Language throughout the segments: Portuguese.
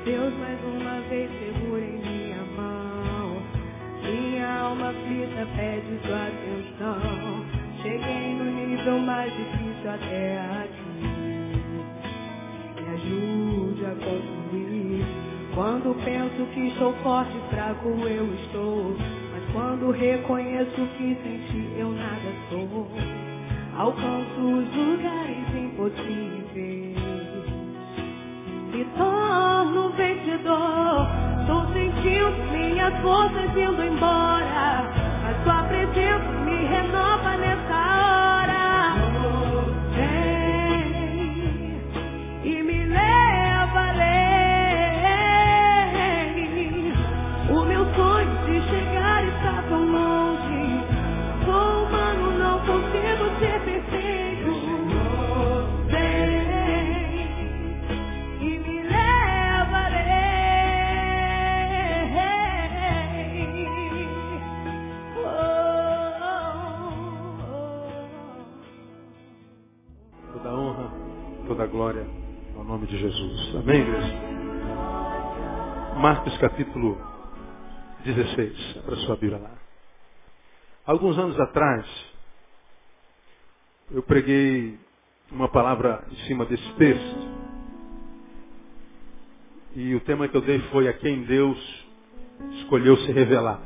Deus mais uma vez segura em minha mão. Minha alma aflita pede sua atenção. Cheguei no nível mais difícil até aqui. Me ajude a concluir. Quando penso que estou forte e fraco eu estou. Mas quando reconheço que sem ti eu nada sou. Alcanço os lugares impossíveis. Me torno vencedor. Tô sentindo minhas forças indo embora. Mas tua presença me renova nessa hora. Vem e me leva além. O meu sonho de chegar está tão longe. Sou humano, não consigo ser perfeito. Vem e me leva além. Toda honra, toda glória ao nome de Jesus. Amém, igreja? Marcos capítulo 16. Abra sua Bíblia lá. Alguns anos atrás, eu preguei uma palavra em cima desse texto. E o tema que eu dei foi a quem Deus escolheu se revelar.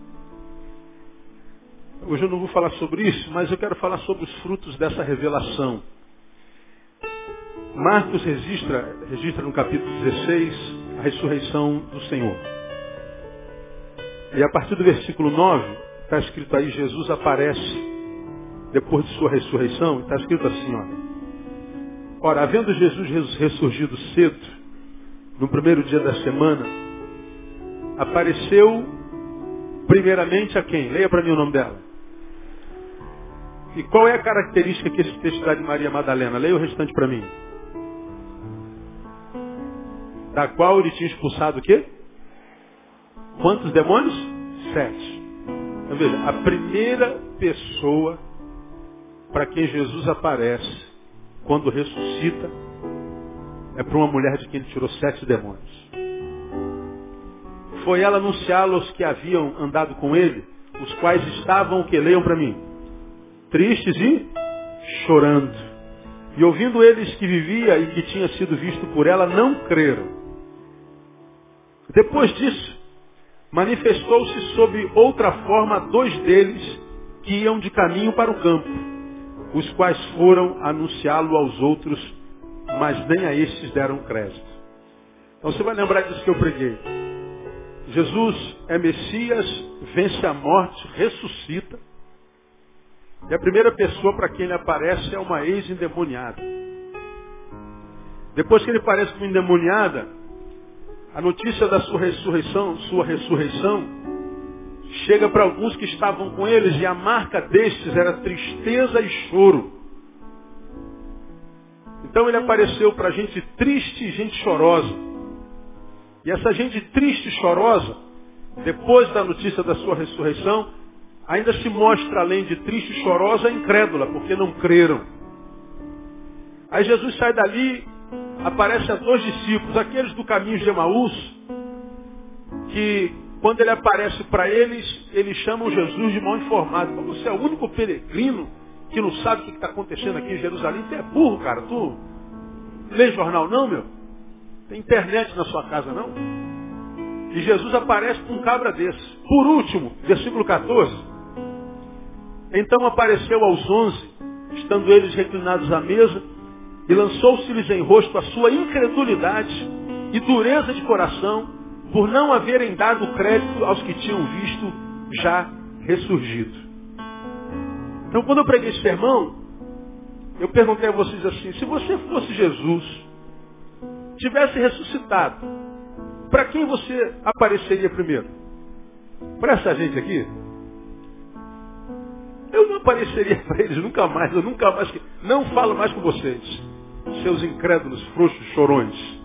Hoje eu não vou falar sobre isso, mas eu quero falar sobre os frutos dessa revelação. Marcos registra no capítulo 16 a ressurreição do Senhor. E a partir do versículo 9, está escrito aí, Jesus aparece depois de sua ressurreição, está escrito assim, olha. Ora, havendo Jesus ressurgido cedo, no primeiro dia da semana, apareceu primeiramente a quem? Leia para mim o nome dela. E qual é a característica que esse texto dá de Maria Madalena? Leia o restante para mim. Da qual ele tinha expulsado o quê? Quantos demônios? 7. Então veja, a primeira pessoa para quem Jesus aparece, quando ressuscita, é para uma mulher de quem ele tirou 7 demônios. Foi ela anunciá-lo aos que haviam andado com ele, os quais estavam, o que? Leiam para mim. Tristes e chorando. E ouvindo eles que vivia e que tinha sido visto por ela, não creram. Depois disso, manifestou-se sob outra forma 2 deles que iam de caminho para o campo, os quais foram anunciá-lo aos outros, mas nem a estes deram crédito. Então você vai lembrar disso que eu preguei. Jesus é Messias, vence a morte, ressuscita. E a primeira pessoa para quem ele aparece é uma ex-endemoniada. Depois que ele aparece como endemoniada, a notícia da sua ressurreição, chega para alguns que estavam com eles e a marca destes era tristeza e choro. Então ele apareceu para gente triste e gente chorosa. E essa gente triste e chorosa, depois da notícia da sua ressurreição, ainda se mostra, além de triste e chorosa, incrédula, porque não creram. Aí Jesus sai dali, aparece a 2 discípulos, aqueles do caminho de Emaús, que quando ele aparece para eles, eles chamam Jesus de mal informado. Como você é o único peregrino que não sabe o que está acontecendo aqui em Jerusalém. Tu é burro, cara. Tu lê jornal não, meu? Tem internet na sua casa, não? E Jesus aparece com um cabra desse. Por último, versículo 14. Então apareceu aos 11, estando eles reclinados à mesa, e lançou-se-lhes em rosto a sua incredulidade e dureza de coração, por não haverem dado crédito aos que tinham visto já ressurgido. Então, quando eu preguei esse sermão, eu perguntei a vocês assim, se você fosse Jesus, tivesse ressuscitado, para quem você apareceria primeiro? Para essa gente aqui? Eu não apareceria para eles nunca mais, não falo mais com vocês, seus incrédulos, frouxos, chorões.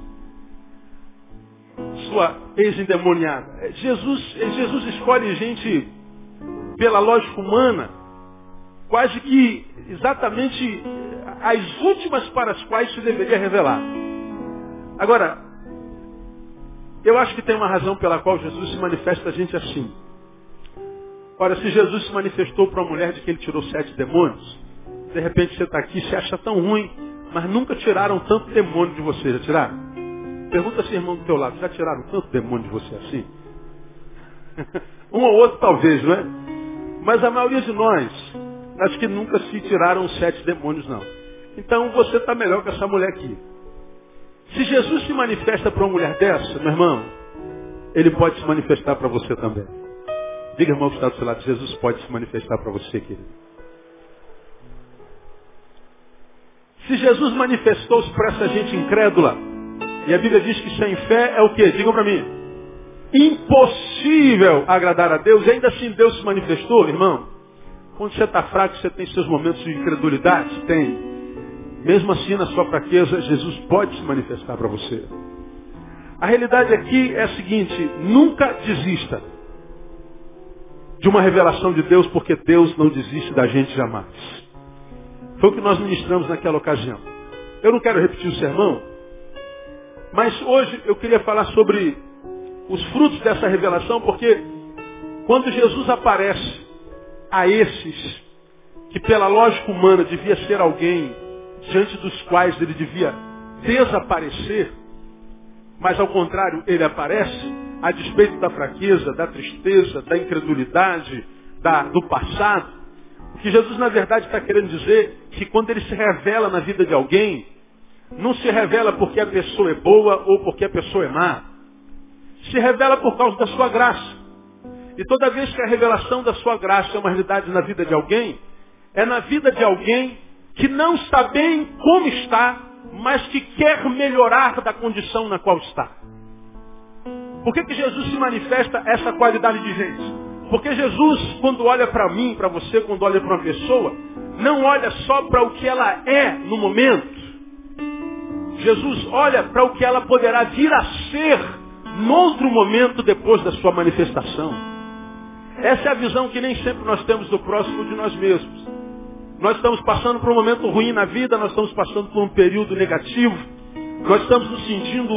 Sua ex-endemoniada. Jesus escolhe gente pela lógica humana, quase que exatamente as últimas para as quais se deveria revelar. Agora, Eu acho que tem uma razão pela qual Jesus se manifesta a gente assim. Ora, se Jesus se manifestou para uma mulher de que ele tirou 7 demônios, de repente você está aqui e se acha tão ruim, mas nunca tiraram tanto demônio de você. Já tiraram? Pergunta se irmão do teu lado, já tiraram tanto demônio de você assim? Um ou outro talvez, não é? Mas a maioria de nós, acho que nunca se tiraram 7 demônios, não. Então você está melhor que essa mulher aqui. Se Jesus se manifesta para uma mulher dessa, meu irmão, ele pode se manifestar para você também. Diga, irmão, que está do seu lado, Jesus pode se manifestar para você, querido. Se Jesus manifestou-se para essa gente incrédula, e a Bíblia diz que sem fé é o quê? Digam para mim. Impossível agradar a Deus, e ainda assim Deus se manifestou, irmão. Quando você está fraco, você tem seus momentos de incredulidade? Tem. Mesmo assim, na sua fraqueza, Jesus pode se manifestar para você. A realidade aqui é a seguinte, nunca desista de uma revelação de Deus, porque Deus não desiste da gente jamais. Foi o que nós ministramos naquela ocasião. Eu não quero repetir o sermão, mas hoje eu queria falar sobre os frutos dessa revelação, porque quando Jesus aparece a esses, que pela lógica humana devia ser alguém diante dos quais ele devia desaparecer, mas ao contrário, ele aparece, a despeito da fraqueza, da tristeza, da incredulidade, do passado. O que Jesus na verdade está querendo dizer que quando ele se revela na vida de alguém, não se revela porque a pessoa é boa ou porque a pessoa é má. Se revela por causa da sua graça. E toda vez que a revelação da sua graça é uma realidade na vida de alguém, é na vida de alguém que não está bem como está, mas que quer melhorar da condição na qual está. Por que Jesus se manifesta essa qualidade de gente? Porque Jesus, quando olha para mim, para você, quando olha para uma pessoa, não olha só para o que ela é no momento. Jesus olha para o que ela poderá vir a ser num outro momento depois da sua manifestação. Essa é a visão que nem sempre nós temos do próximo de nós mesmos. Nós estamos passando por um momento ruim na vida, nós estamos passando por um período negativo, nós estamos nos sentindo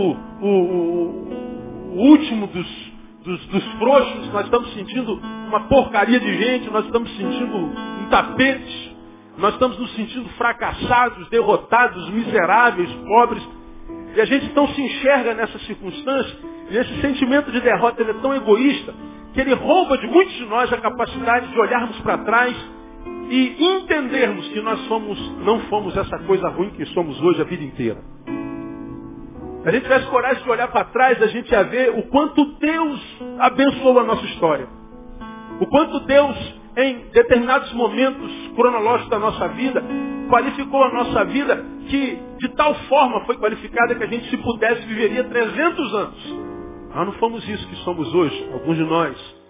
o último dos frouxos, nós estamos sentindo uma porcaria de gente, nós estamos sentindo um tapete, nós estamos nos sentindo fracassados, derrotados, miseráveis, pobres, e a gente então se enxerga nessa circunstância, e esse sentimento de derrota ele é tão egoísta, que ele rouba de muitos de nós a capacidade de olharmos para trás e entendermos que nós não fomos essa coisa ruim que somos hoje a vida inteira. Se a gente tivesse coragem de olhar para trás, a gente ia ver o quanto Deus abençoou a nossa história. O quanto Deus, em determinados momentos cronológicos da nossa vida, qualificou a nossa vida, que de tal forma foi qualificada que a gente, se pudesse, viveria 300 anos. Nós não fomos isso que somos hoje, alguns de nós.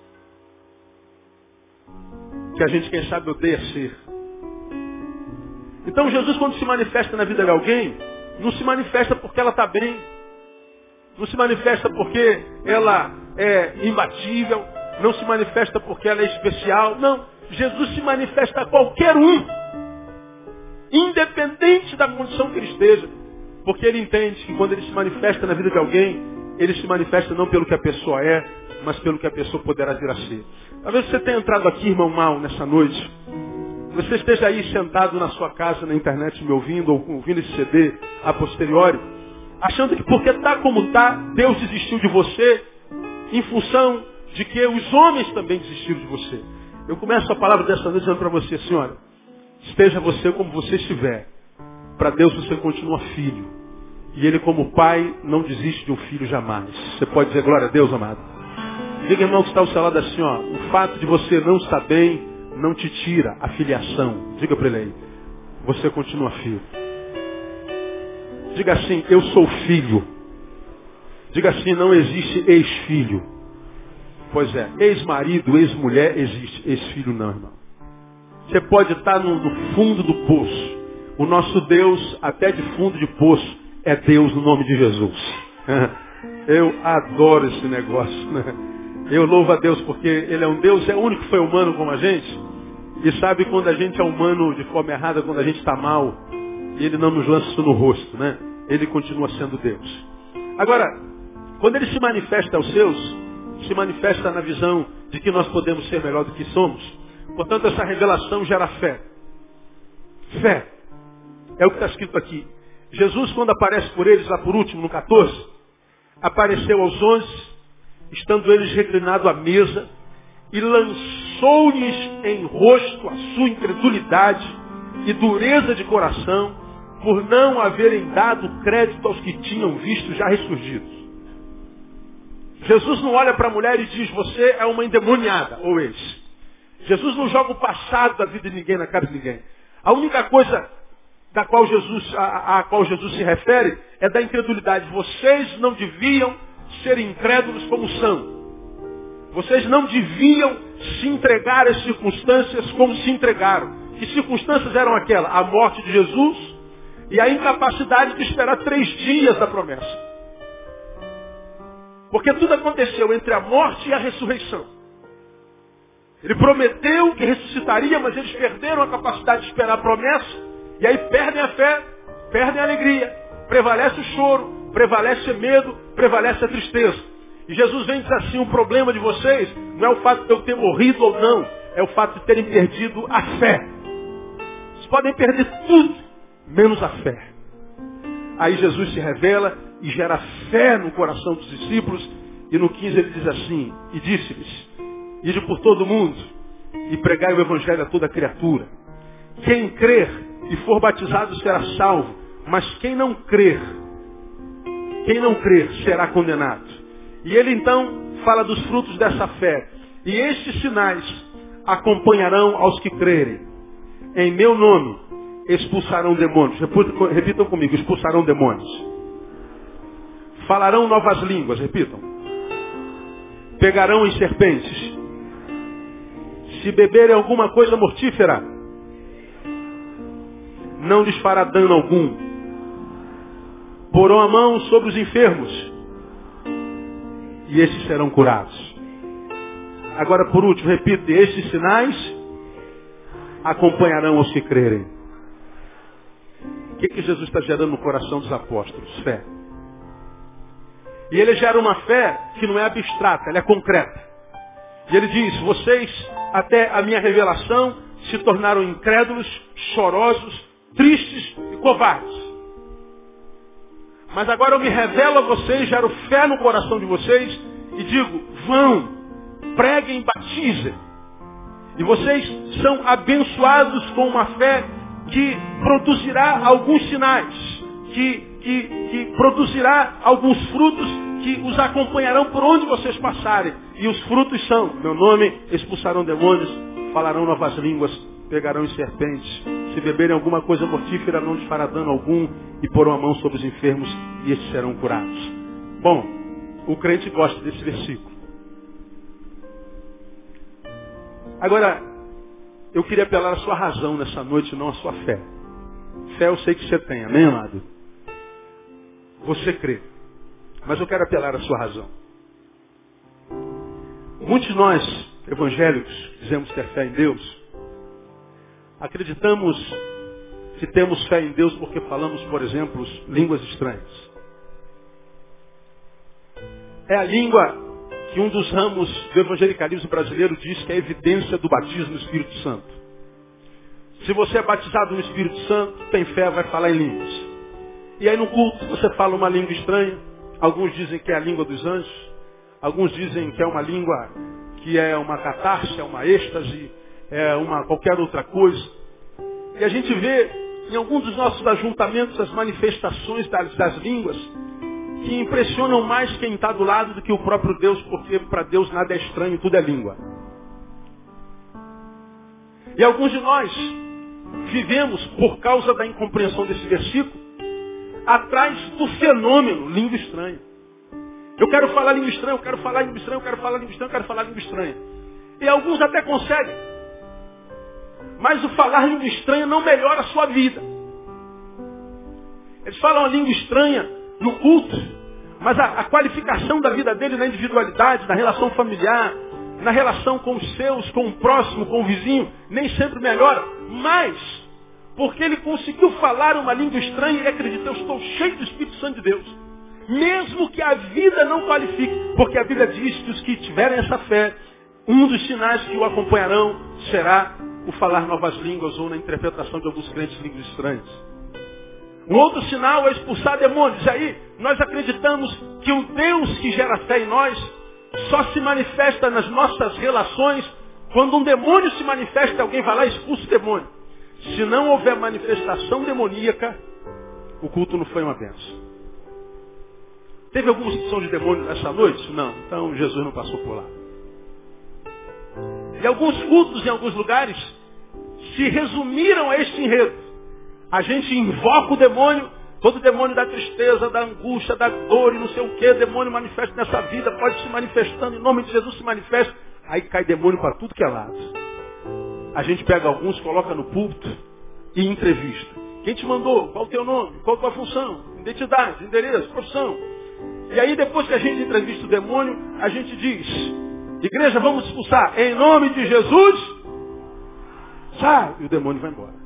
Que a gente, quem sabe, odeia ser. Então Jesus, quando se manifesta na vida de alguém, não se manifesta porque ela está bem, não se manifesta porque ela é imbatível, não se manifesta porque ela é especial, não. Jesus se manifesta a qualquer um, independente da condição que ele esteja, porque ele entende que quando ele se manifesta na vida de alguém, ele se manifesta não pelo que a pessoa é, mas pelo que a pessoa poderá vir a ser. Talvez você tenha entrado aqui, irmão mal, nessa noite. Você esteja aí sentado na sua casa, na internet, me ouvindo, ou ouvindo esse CD a posteriori, achando que porque está como está, Deus desistiu de você, em função de que os homens também desistiram de você. Eu começo a palavra dessa noite dizendo para você, senhora, esteja você como você estiver. Para Deus você continua filho. E Ele, como pai, não desiste de um filho jamais. Você pode dizer glória a Deus, amado? Diga, irmão, que está ao seu lado assim, ó, o fato de você não estar bem não te tira a filiação. Diga para ele aí, você continua filho. Diga assim, eu sou filho. Diga assim, não existe ex-filho. Pois é, ex-marido, ex-mulher existe, ex-filho não, irmão. Você pode estar no fundo do poço. O nosso Deus, até de fundo de poço, é Deus no nome de Jesus. Eu adoro esse negócio, né? Eu louvo a Deus porque Ele é um Deus, é o único que foi humano como a gente. E sabe quando a gente é humano de forma errada, quando a gente está mal, e Ele não nos lança isso no rosto, né? Ele continua sendo Deus. Agora, Quando ele se manifesta aos seus, se manifesta na visão de que nós podemos ser melhor do que somos. Portanto, essa revelação gera fé. Fé. É o que está escrito aqui. Jesus, quando aparece por eles, lá por último, no 14, apareceu aos 11, estando eles reclinados à mesa, e lançou-lhes em rosto a sua incredulidade e dureza de coração, por não haverem dado crédito aos que tinham visto já ressurgidos. Jesus não olha para a mulher e diz, você é uma endemoniada, ou ex. Jesus não joga o passado da vida de ninguém na cara de ninguém. A única coisa a qual Jesus se refere é da incredulidade. Vocês não deviam ser incrédulos como são. Vocês não deviam se entregar às circunstâncias como se entregaram. Que circunstâncias eram aquelas? A morte de Jesus e a incapacidade de esperar 3 dias da promessa. Porque tudo aconteceu entre a morte e a ressurreição. Ele prometeu que ressuscitaria, mas eles perderam a capacidade de esperar a promessa. E aí perdem a fé, perdem a alegria. Prevalece o choro, prevalece o medo, prevalece a tristeza. E Jesus vem dizer assim, o problema de vocês não é o fato de eu ter morrido ou não. É o fato de terem perdido a fé. Vocês podem perder tudo, menos a fé. Aí Jesus se revela e gera fé no coração dos discípulos. E no 15 ele diz assim, e disse-lhes, ide por todo o mundo e pregai o evangelho a toda criatura. Quem crer e for batizado será salvo, mas quem não crer será condenado. E ele então fala dos frutos dessa fé. E estes sinais acompanharão aos que crerem. Em meu nome expulsarão demônios. Repitam comigo, expulsarão demônios. Falarão novas línguas, repitam. Pegarão em serpentes. Se beberem alguma coisa mortífera, não lhes fará dano algum. Porão a mão sobre os enfermos e estes serão curados. Agora, por último, repito, estes sinais acompanharão os que crerem. O que Jesus está gerando no coração dos apóstolos? Fé. E ele gera uma fé que não é abstrata, ela é concreta. E ele diz, vocês, até a minha revelação, se tornaram incrédulos, chorosos, tristes e covardes. Mas agora eu me revelo a vocês, gero fé no coração de vocês e digo, vão, preguem, batizem. E vocês são abençoados com uma fé que produzirá alguns sinais, que produzirá alguns frutos que os acompanharão por onde vocês passarem. E os frutos são, meu nome, expulsarão demônios, falarão novas línguas, pegarão em serpentes. Se beberem alguma coisa mortífera, não lhes fará dano algum, e porão a mão sobre os enfermos, e estes serão curados. Bom, o crente gosta desse versículo. Agora, eu queria apelar a sua razão nessa noite, não a sua fé. Fé eu sei que você tem, amém, amado? Você crê. Mas eu quero apelar a sua razão. Muitos de nós, evangélicos, dizemos ter fé em Deus, acreditamos que temos fé em Deus porque falamos, por exemplo, línguas estranhas. É a língua que um dos ramos do evangelicalismo brasileiro diz que é evidência do batismo no Espírito Santo. Se você é batizado no Espírito Santo, tem fé, vai falar em línguas. E aí no culto você fala uma língua estranha. Alguns dizem que é a língua dos anjos. Alguns dizem que é uma língua que é uma catarse, é uma êxtase, é uma qualquer outra coisa. E a gente vê em alguns dos nossos ajuntamentos as manifestações das línguas que impressionam mais quem está do lado do que o próprio Deus, porque para Deus nada é estranho, tudo é língua. E alguns de nós vivemos, por causa da incompreensão desse versículo, atrás do fenômeno língua estranha. Eu quero falar língua estranha, eu quero falar língua estranha, eu quero falar língua estranha, eu quero falar língua estranha. E alguns até conseguem. Mas o falar língua estranha não melhora a sua vida. Eles falam a língua estranha no culto, mas a qualificação da vida dele na individualidade, na relação familiar, na relação com os seus, com o próximo, com o vizinho, nem sempre melhora. Mas, porque ele conseguiu falar uma língua estranha, ele acredita, eu estou cheio do Espírito Santo de Deus. mesmo que a vida não qualifique. Porque a Bíblia diz que os que tiverem essa fé, um dos sinais que o acompanharão será o falar novas línguas ou na interpretação de alguns crentes línguas estranhas. Um outro sinal é expulsar demônios. E aí nós acreditamos que o Deus que gera fé em nós só se manifesta nas nossas relações quando um demônio se manifesta, alguém vai lá e expulsa o demônio. Se não houver manifestação demoníaca, o culto não foi uma bênção. Teve alguma expulsão de demônio nessa noite? Não. Então Jesus não passou por lá. E alguns cultos em alguns lugares se resumiram a este enredo. A gente invoca o demônio, todo demônio da tristeza, da angústia, da dor e não sei o que, demônio manifesta nessa vida, pode se manifestando, em nome de Jesus se manifesta. Aí cai demônio para tudo que é lado. A gente pega alguns, coloca no púlpito e entrevista. Quem te mandou? Qual o teu nome? Qual a tua função? Identidade, endereço, profissão. E aí depois que a gente entrevista o demônio, a gente diz, igreja, vamos expulsar. Em nome de Jesus, sai. E o demônio vai embora.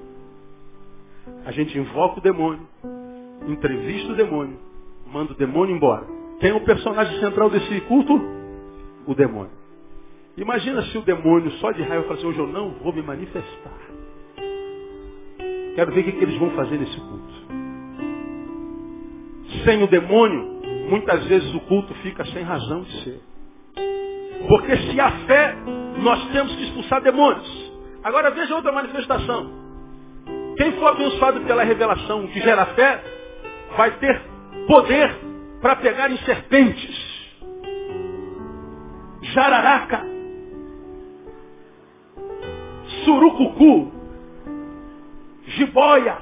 A gente invoca o demônio, entrevista o demônio, manda o demônio embora. Quem é o personagem central desse culto? O demônio. Imagina se o demônio só de raiva fala assim, hoje eu não vou me manifestar. Quero ver o que eles vão fazer nesse culto. Sem o demônio, muitas vezes o culto fica sem razão de ser. Porque se há fé, nós temos que expulsar demônios. Agora veja outra manifestação. Quem for abençoado pela revelação que gera fé, vai ter poder para pegar em serpentes. Jararaca. Surucucu. Jiboia.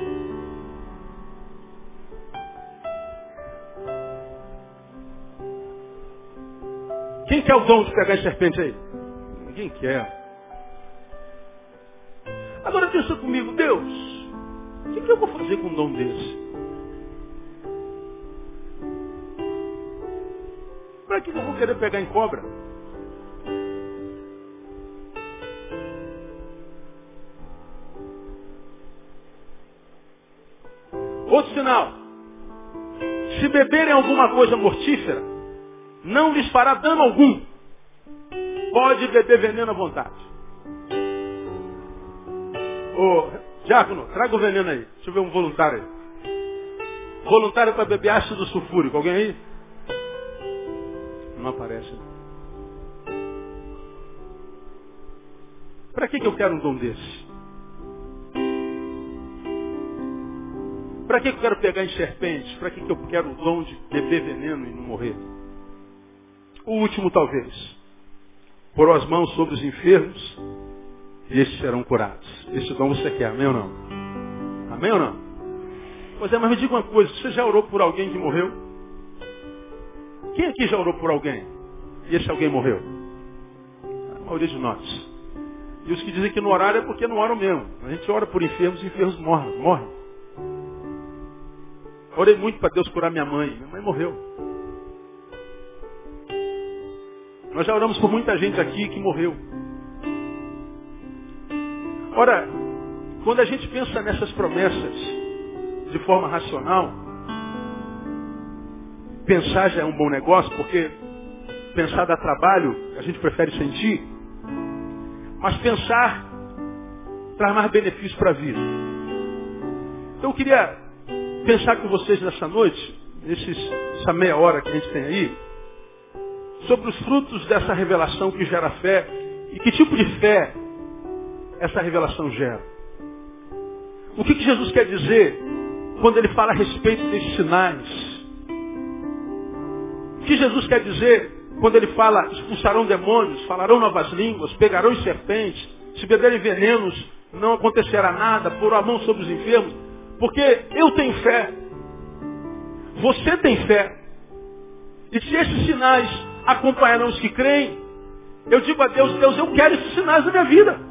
Quem quer o dom de pegar em serpente aí? Ninguém quer. Agora pensa comigo, Deus, o que eu vou fazer com um dom desse? Para que eu vou querer pegar em cobra? Outro sinal. Se beberem alguma coisa mortífera, não lhes fará dano algum. Pode beber veneno à vontade. Ô, diácono, traga o veneno aí. Deixa eu ver um voluntário aí. Voluntário para beber ácido sulfúrico. Alguém aí? Não aparece. Para que eu quero um dom desse? Para que eu quero pegar em serpentes? Para que eu quero o dom de beber veneno e não morrer? O último talvez. Pôr as mãos sobre os enfermos e estes serão curados. Esse dom você quer, amém ou não? Amém ou não? Pois é, mas me diga uma coisa, você já orou por alguém que morreu? Quem aqui já orou por alguém? E esse alguém morreu? A maioria de nós. E os que dizem que não oraram é porque não oram mesmo. A gente ora por enfermos e enfermos morrem. Orei muito para Deus curar minha mãe. Minha mãe morreu. Nós já oramos por muita gente aqui que morreu. Ora, quando a gente pensa nessas promessas de forma racional, pensar já é um bom negócio, porque pensar dá trabalho, a gente prefere sentir, mas pensar traz mais benefício para a vida. Então eu queria pensar com vocês nessa noite, essa meia hora que a gente tem aí, sobre os frutos dessa revelação que gera fé e que tipo de fé essa revelação gera. O que Jesus quer dizer quando ele fala a respeito desses sinais? O que Jesus quer dizer quando ele fala expulsarão demônios, falarão novas línguas, pegarão em serpentes, se beberem venenos, não acontecerá nada, porão a mão sobre os enfermos? Porque eu tenho fé. Você tem fé. E se esses sinais acompanharão os que creem, eu digo a Deus, Deus, eu quero esses sinais na minha vida.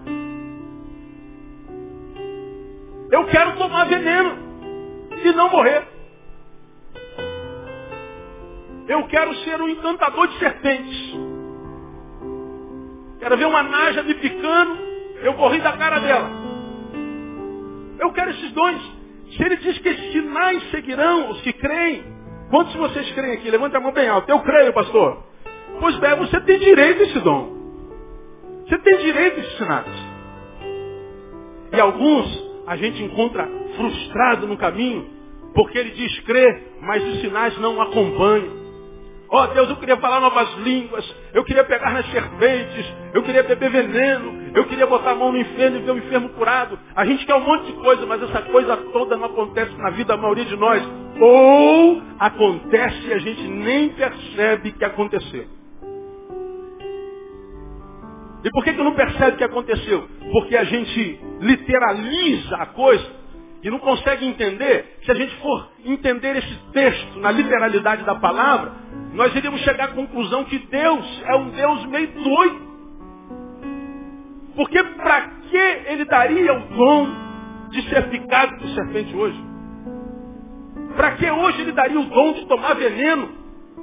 Eu quero tomar veneno e não morrer. Eu quero ser um encantador de serpentes. Quero ver uma naja me picando, eu corri da cara dela. Eu quero esses dons. Se ele diz que esses sinais seguirão os que creem, Quantos de vocês creem aqui? Levanta a mão bem alta. Eu creio, pastor. Pois bem, você tem direito a esse dom. Você tem direito a esses sinais. E alguns a gente encontra frustrado no caminho, porque ele diz crer, mas os sinais não o acompanham. Ó Deus, eu queria falar novas línguas, eu queria pegar nas serpentes, eu queria beber veneno, eu queria botar a mão no enfermo e ver o enfermo curado. A gente quer um monte de coisa, mas essa coisa toda não acontece na vida da maioria de nós. Ou acontece e a gente nem percebe que aconteceu. E por que não percebe que aconteceu? Porque a gente literaliza a coisa e não consegue entender. Se a gente for entender esse texto na literalidade da palavra, nós iríamos chegar à conclusão que Deus é um Deus meio doido. Porque para que ele daria o dom de ser picado por serpente hoje? Para que hoje ele daria o dom de tomar veneno?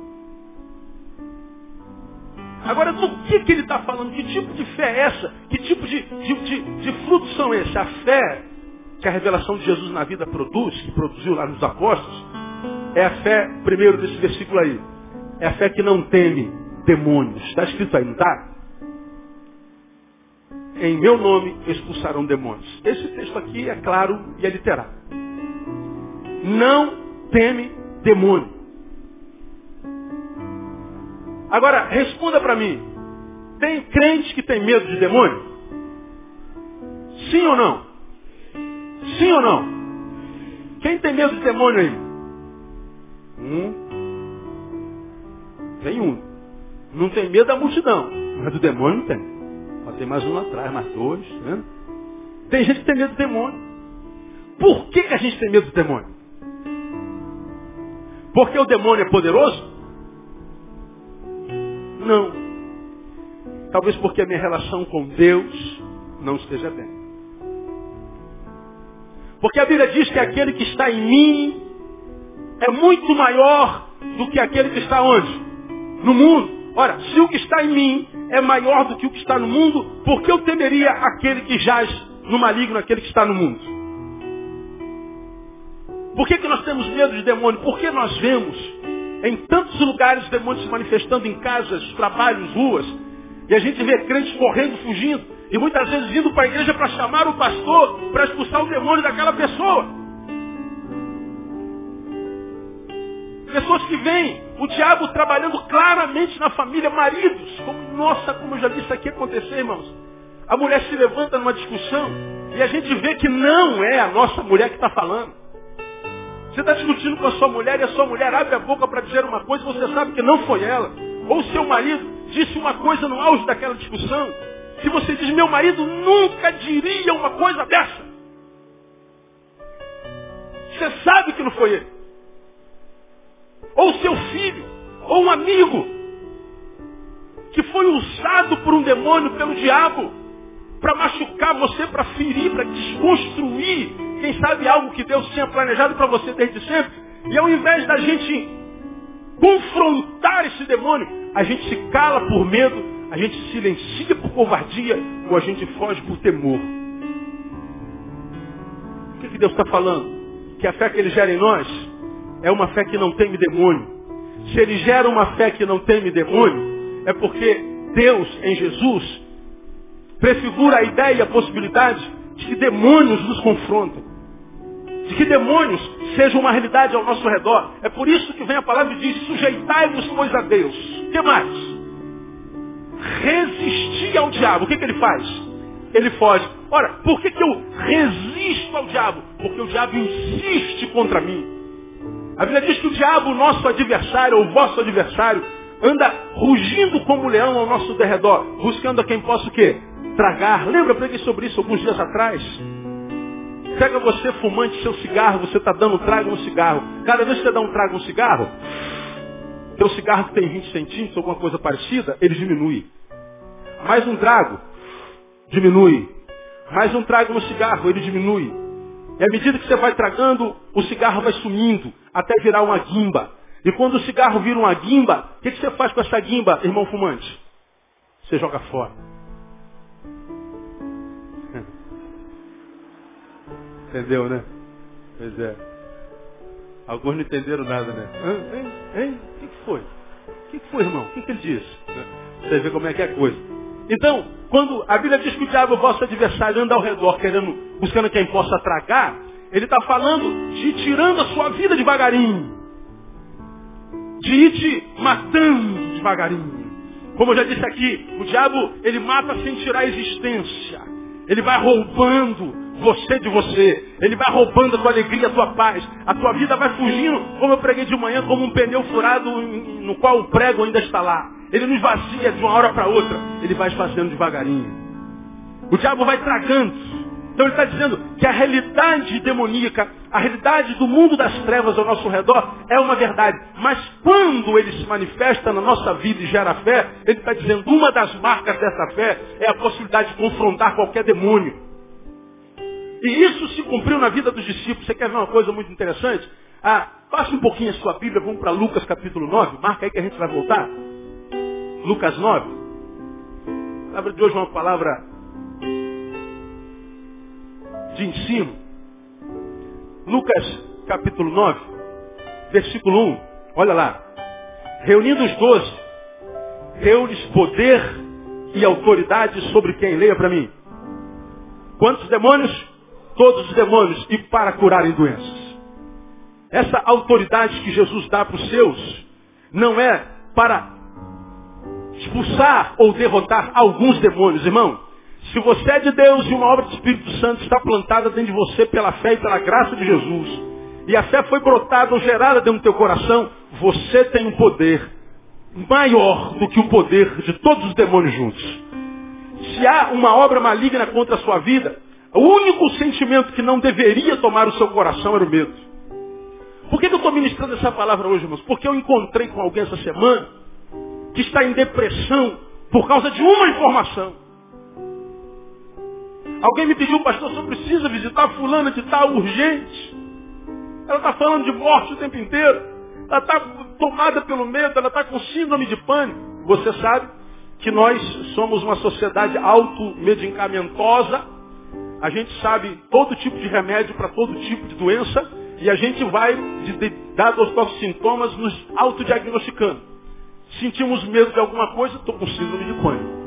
Agora, do que ele está falando? Que tipo de fé é essa? Que tipo de frutos são esses? A fé que a revelação de Jesus na vida produz, que produziu lá nos apóstolos, é a fé, primeiro desse versículo aí, é a fé que não teme demônios. Está escrito aí, não está? Em meu nome expulsarão demônios. Esse texto aqui é claro e é literal. Não teme demônio. Agora, responda para mim. Tem crente que tem medo de demônio? Sim ou não? Sim ou não? Quem tem medo de demônio aí? Tem um. Não tem medo da multidão. Mas do demônio não tem. Só tem mais um lá atrás, mais dois. Né? Tem gente que tem medo do demônio. Por que a gente tem medo do demônio? Porque o demônio é poderoso? Não. Talvez porque a minha relação com Deus não esteja bem. Porque a Bíblia diz que aquele que está em mim é muito maior do que aquele que está onde? No mundo. Ora, se o que está em mim é maior do que o que está no mundo, por que eu temeria aquele que jaz no maligno, aquele que está no mundo? Por que nós temos medo de demônio? Porque nós vemos em tantos lugares demônios se manifestando em casas, trabalhos, ruas, e a gente vê crentes correndo, fugindo, e muitas vezes indo para a igreja para chamar o pastor, para expulsar o demônio daquela pessoa. Pessoas que veem o diabo trabalhando claramente na família, maridos, como eu já vi isso aqui acontecer, irmãos. A mulher se levanta numa discussão, e a gente vê que não é a nossa mulher que está falando. Você está discutindo com a sua mulher e a sua mulher abre a boca para dizer uma coisa e você sabe que não foi ela. Ou seu marido disse uma coisa no auge daquela discussão. Se você diz, meu marido nunca diria uma coisa dessa. Você sabe que não foi ele. Ou seu filho, ou um amigo, que foi usado por um demônio, pelo diabo, para machucar você, para ferir, para desconstruir, quem sabe algo que Deus tinha planejado para você desde sempre. E ao invés da gente confrontar esse demônio, a gente se cala por medo, a gente se silencia por covardia, ou a gente foge por temor. O que Deus está falando? Que a fé que Ele gera em nós é uma fé que não teme demônio. Se Ele gera uma fé que não teme demônio, é porque Deus, em Jesus, prefigura a ideia e a possibilidade de que demônios nos confrontam. De que demônios sejam uma realidade ao nosso redor. É por isso que vem a palavra e diz, sujeitai-vos, pois, a Deus. O que mais? Resistir ao diabo. O que ele faz? Ele foge. Ora, por que eu resisto ao diabo? Porque o diabo insiste contra mim. A Bíblia diz que o diabo, o nosso adversário, ou o vosso adversário, anda rugindo como um leão ao nosso derredor, buscando a quem possa o quê? Tragar. Lembra, eu preguei sobre isso alguns dias atrás? Pega você fumante, seu cigarro, você está dando um trago no cigarro. Cada vez que você dá um trago no cigarro, teu cigarro que tem 20 centímetros, alguma coisa parecida, ele diminui. Mais um trago, diminui. Mais um trago no cigarro, ele diminui. E à medida que você vai tragando, o cigarro vai sumindo, até virar uma guimba. E quando o cigarro vira uma guimba, o que você faz com essa guimba, irmão fumante? Você joga fora. Entendeu, né? Pois é. Alguns não entenderam nada, né? Hein? O que foi? O que foi, irmão? O que ele disse? Você vê como é que é a coisa. Então, quando a Bíblia diz que o diabo, o vosso adversário, anda ao redor buscando quem possa tragar, ele está falando de ir tirando a sua vida devagarinho. De ir te matando devagarinho. Como eu já disse aqui, o diabo, ele mata sem tirar a existência. Ele vai roubando você de você. Ele vai roubando a tua alegria, a tua paz. A tua vida vai fugindo, como eu preguei de manhã, como um pneu furado no qual o prego ainda está lá. Ele não esvazia de uma hora para outra. Ele vai esvaziando devagarinho. O diabo vai tragando. Então ele está dizendo que a realidade demoníaca, a realidade do mundo das trevas ao nosso redor é uma verdade. Mas quando ele se manifesta na nossa vida e gera fé, ele está dizendo que uma das marcas dessa fé é a possibilidade de confrontar qualquer demônio. E isso se cumpriu na vida dos discípulos. Você quer ver uma coisa muito interessante? Passe um pouquinho a sua Bíblia, vamos para Lucas capítulo 9. Marca aí que a gente vai voltar. Lucas 9. A palavra de hoje é uma palavra de ensino. Lucas capítulo 9, versículo 1. Olha lá. Reunindo os 12, deu-lhes poder e autoridade sobre quem? Leia para mim. Quantos demônios? Todos os demônios, e para curarem doenças. Essa autoridade que Jesus dá para os seus não é para expulsar ou derrotar alguns demônios, irmão. Se você é de Deus e uma obra do Espírito Santo está plantada dentro de você pela fé e pela graça de Jesus, e a fé foi brotada ou gerada dentro do teu coração, você tem um poder maior do que o poder de todos os demônios juntos. Se há uma obra maligna contra a sua vida, o único sentimento que não deveria tomar o seu coração era o medo. Por que eu estou ministrando essa palavra hoje, irmãos? Porque eu encontrei com alguém essa semana que está em depressão por causa de uma informação. Alguém me pediu, pastor, só precisa visitar fulana de tal urgente. Ela está falando de morte o tempo inteiro. Ela está tomada pelo medo, ela está com síndrome de pânico. Você sabe que nós somos uma sociedade automedicamentosa. A gente sabe todo tipo de remédio para todo tipo de doença. E a gente vai, dado aos nossos sintomas, nos autodiagnosticando. Sentimos medo de alguma coisa, estou com síndrome de pânico.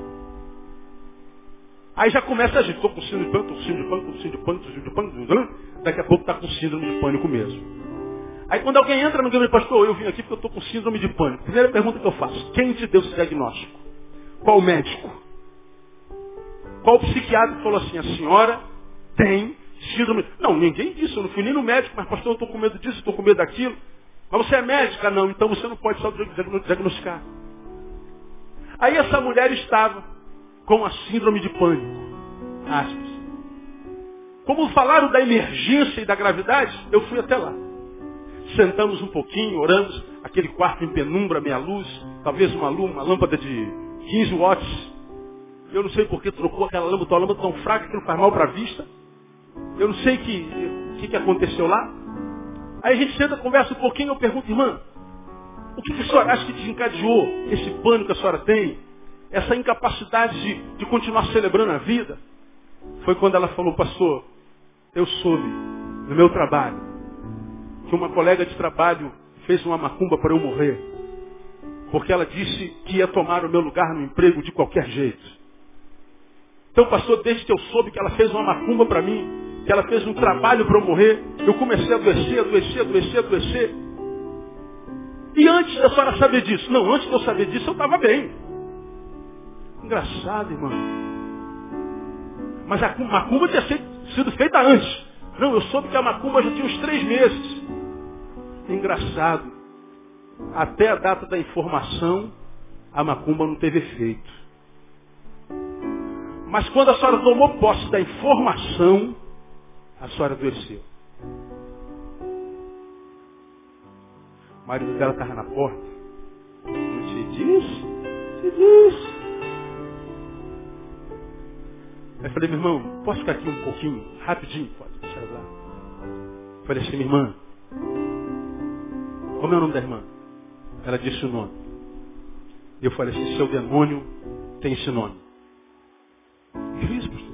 Aí já começa a gente, estou com síndrome de pânico, estou com síndrome de pânico, estou com síndrome de pânico, estou com síndrome de pânico. Daqui a pouco está com síndrome de pânico mesmo. Aí quando alguém entra no gabinete, pastor, eu vim aqui porque eu estou com síndrome de pânico. Primeira pergunta que eu faço, quem te deu esse diagnóstico? Qual médico? Qual psiquiatra que falou assim, a senhora tem síndrome... Não, ninguém disse, eu não fui nem no médico, mas pastor, eu estou com medo disso, estou com medo daquilo. Mas você é médica? Não, então você não pode só diagnosticar. Aí essa mulher estava com a síndrome de pânico. Aspas. Como falaram da emergência e da gravidade, eu fui até lá. Sentamos um pouquinho, oramos, aquele quarto em penumbra, meia luz, talvez uma lâmpada de 15 watts. Eu não sei por que trocou aquela lâmpada tão fraca que não faz mal para a vista. Eu não sei o que aconteceu lá. Aí a gente senta, conversa um pouquinho, eu pergunto, irmã, o que a senhora acha que desencadeou esse pânico que a senhora tem? Essa incapacidade de continuar celebrando a vida? Foi quando ela falou, pastor, eu soube, no meu trabalho, que uma colega de trabalho fez uma macumba para eu morrer. Porque ela disse que ia tomar o meu lugar no emprego de qualquer jeito. Então, pastor, desde que eu soube que ela fez uma macumba para mim, que ela fez um trabalho para eu morrer, eu comecei a adoecer. E antes da senhora saber disso? Não, antes de eu saber disso, eu estava bem. Engraçado, irmão. Mas a macumba tinha sido feita antes. Não, eu soube que a macumba já tinha uns 3 meses. Engraçado. Até a data da informação, a macumba não teve efeito. Mas quando a senhora tomou posse da informação, a senhora adoeceu. O marido dela estava na porta. Não te disse? Te disse. Aí eu falei, meu irmão, posso ficar aqui um pouquinho? Rapidinho, pode. Deixa eu lá. Eu falei assim, minha irmã, como é o nome da irmã? Ela disse o nome. Eu falei assim, seu demônio tem esse nome. Que isso, pastor?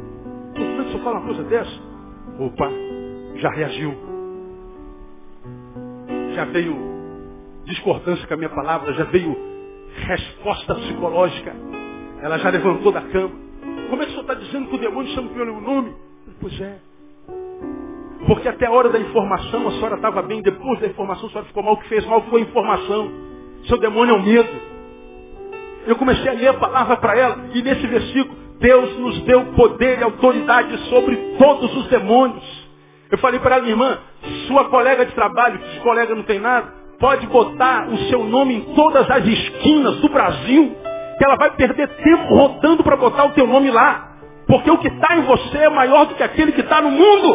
Como é que você fala uma coisa dessa? Opa, já reagiu. já veio discordância com a minha palavra, já veio resposta psicológica. Ela já levantou da cama. Como é que o senhor está dizendo que o demônio chama pelo nome? Pois é. Porque até a hora da informação a senhora estava bem, depois da informação a senhora ficou mal, o que fez mal foi a informação. Seu demônio é o medo. Eu comecei a ler a palavra para ela, e nesse versículo, Deus nos deu poder e autoridade sobre todos os demônios. Eu falei para ela, minha irmã, sua colega de trabalho, que esse colega não tem nada, pode botar o seu nome em todas as esquinas do Brasil, que ela vai perder tempo rodando para botar o teu nome lá. Porque o que está em você é maior do que aquele que está no mundo.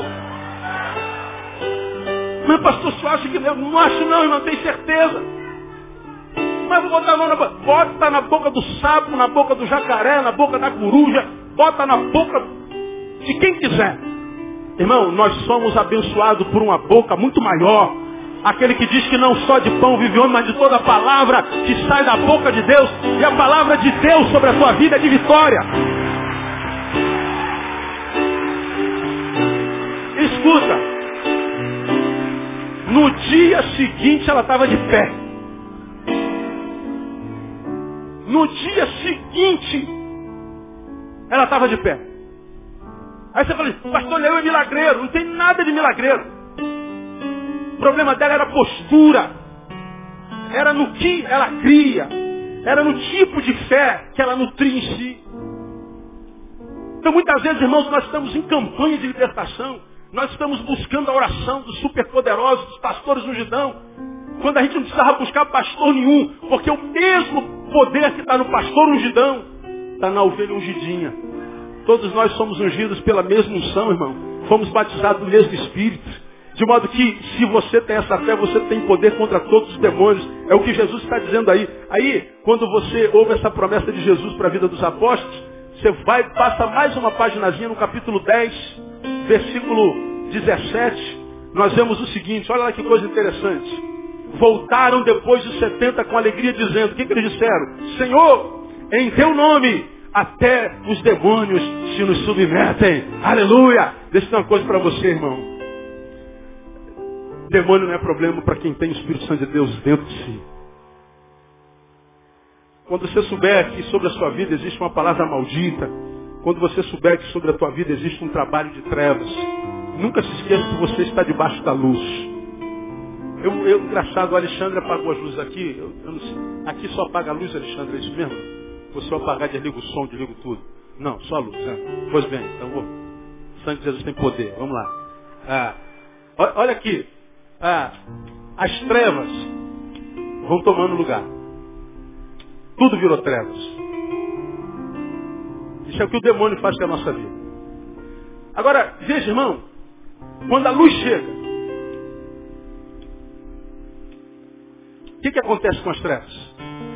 Mas pastor, você acha que não acho não, irmão, tenho certeza. Mas vou botar na boca. Bota na boca do sapo, na boca do jacaré, na boca da coruja, bota na boca de quem quiser. Irmão, nós somos abençoados por uma boca muito maior. Aquele que diz que não só de pão vive o homem, mas de toda a palavra que sai da boca de Deus. E a palavra de Deus sobre a sua vida é de vitória. Escuta. No dia seguinte ela estava de pé. No dia seguinte ela estava de pé. Aí você fala, pastor Leão é milagreiro. Não tem nada de milagreiro. O problema dela era a postura. Era no que ela cria. Era no tipo de fé que ela nutria em si. Então muitas vezes, irmãos, nós estamos em campanha de libertação. Nós estamos buscando a oração dos superpoderosos, dos pastores ungidão. Quando a gente não precisava buscar pastor nenhum. Porque o mesmo poder que está no pastor ungidão está na ovelha ungidinha. Todos nós somos ungidos pela mesma unção, irmão. Fomos batizados no mesmo Espírito. De modo que, se você tem essa fé, você tem poder contra todos os demônios. É o que Jesus está dizendo aí. Aí, quando você ouve essa promessa de Jesus para a vida dos apóstolos, você vai, passa mais uma paginazinha no capítulo 10, versículo 17. Nós vemos o seguinte, olha lá que coisa interessante. Voltaram depois dos 70 com alegria, dizendo, o que eles disseram? Senhor, em teu nome, até os demônios se nos submetem. Aleluia! Deixa eu dizer uma coisa para você, irmão. Demônio não é problema para quem tem o Espírito Santo de Deus dentro de si. Quando você souber que sobre a sua vida existe uma palavra maldita, quando você souber que sobre a tua vida existe um trabalho de trevas, nunca se esqueça que você está debaixo da luz. Engraçado, o Alexandre apagou as luzes aqui. Eu não sei. Aqui só apaga a luz, Alexandre, é isso mesmo? Ou se eu apagar, desligo o som, desligo tudo? Não, só a luz. Né? Pois bem, então vou. O sangue de Jesus tem poder. Vamos lá. Olha aqui. As trevas vão tomando lugar. Tudo virou trevas. Isso é o que o demônio faz com a nossa vida. Agora, veja, irmão, quando a luz chega, o que acontece com as trevas?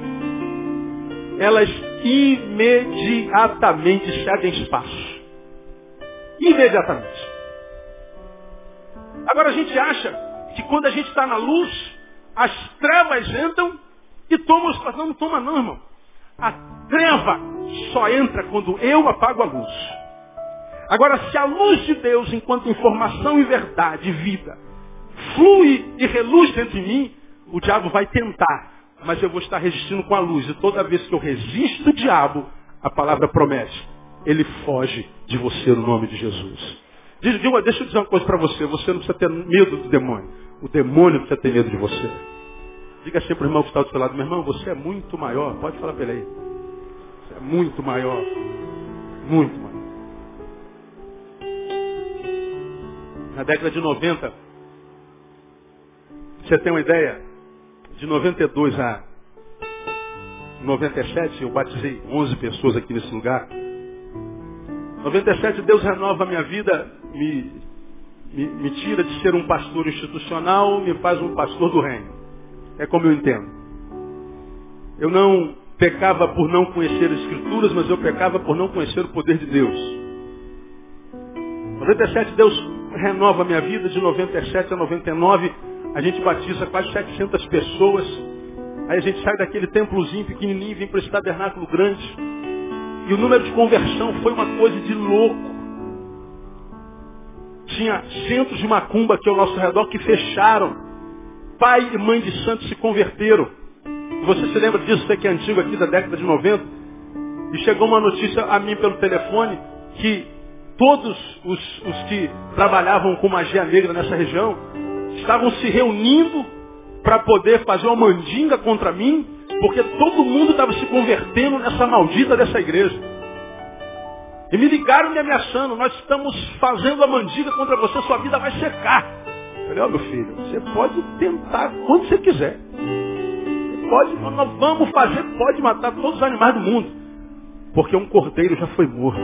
Elas imediatamente cedem espaço. Imediatamente. Agora a gente acha que quando a gente está na luz, as trevas entram e tomam o espaço. Não toma não, irmão. A treva só entra quando eu apago a luz. Agora, se a luz de Deus, enquanto informação e verdade e vida, flui e reluz dentro de mim, o diabo vai tentar, mas eu vou estar resistindo com a luz. E toda vez que eu resisto o diabo, a palavra promete, ele foge de você no nome de Jesus. Deixa eu dizer uma coisa para você. Você não precisa ter medo do demônio. O demônio precisa ter medo de você. Diga assim para o irmão que está do seu lado. Meu irmão, você é muito maior. Pode falar para ele aí. Você é muito maior. Muito maior. Na década de 90, você tem uma ideia? De 92 a 97, eu batizei 11 pessoas aqui nesse lugar. 97, Deus renova a minha vida, me tira de ser um pastor institucional, me faz um pastor do reino. É como eu entendo. Eu não pecava por não conhecer as Escrituras, mas eu pecava por não conhecer o poder de Deus. 97, Deus renova a minha vida. De 97 a 99, a gente batiza quase 700 pessoas. Aí a gente sai daquele templozinho pequenininho e vem para esse tabernáculo grande. E o número de conversão foi uma coisa de louco. Tinha centros de macumba aqui ao nosso redor que fecharam. pai e mãe de santos se converteram. Você se lembra disso, você que é antigo aqui da década de 90? E chegou uma notícia a mim pelo telefone que todos os que trabalhavam com magia negra nessa região estavam se reunindo para poder fazer uma mandinga contra mim, porque todo mundo estava se convertendo nessa maldita dessa igreja. E me ligaram me ameaçando, nós estamos fazendo a mandinga contra você, sua vida vai secar. Eu falei, ó meu filho, você pode tentar quando você quiser. Nós vamos fazer, pode matar todos os animais do mundo. Porque um cordeiro já foi morto.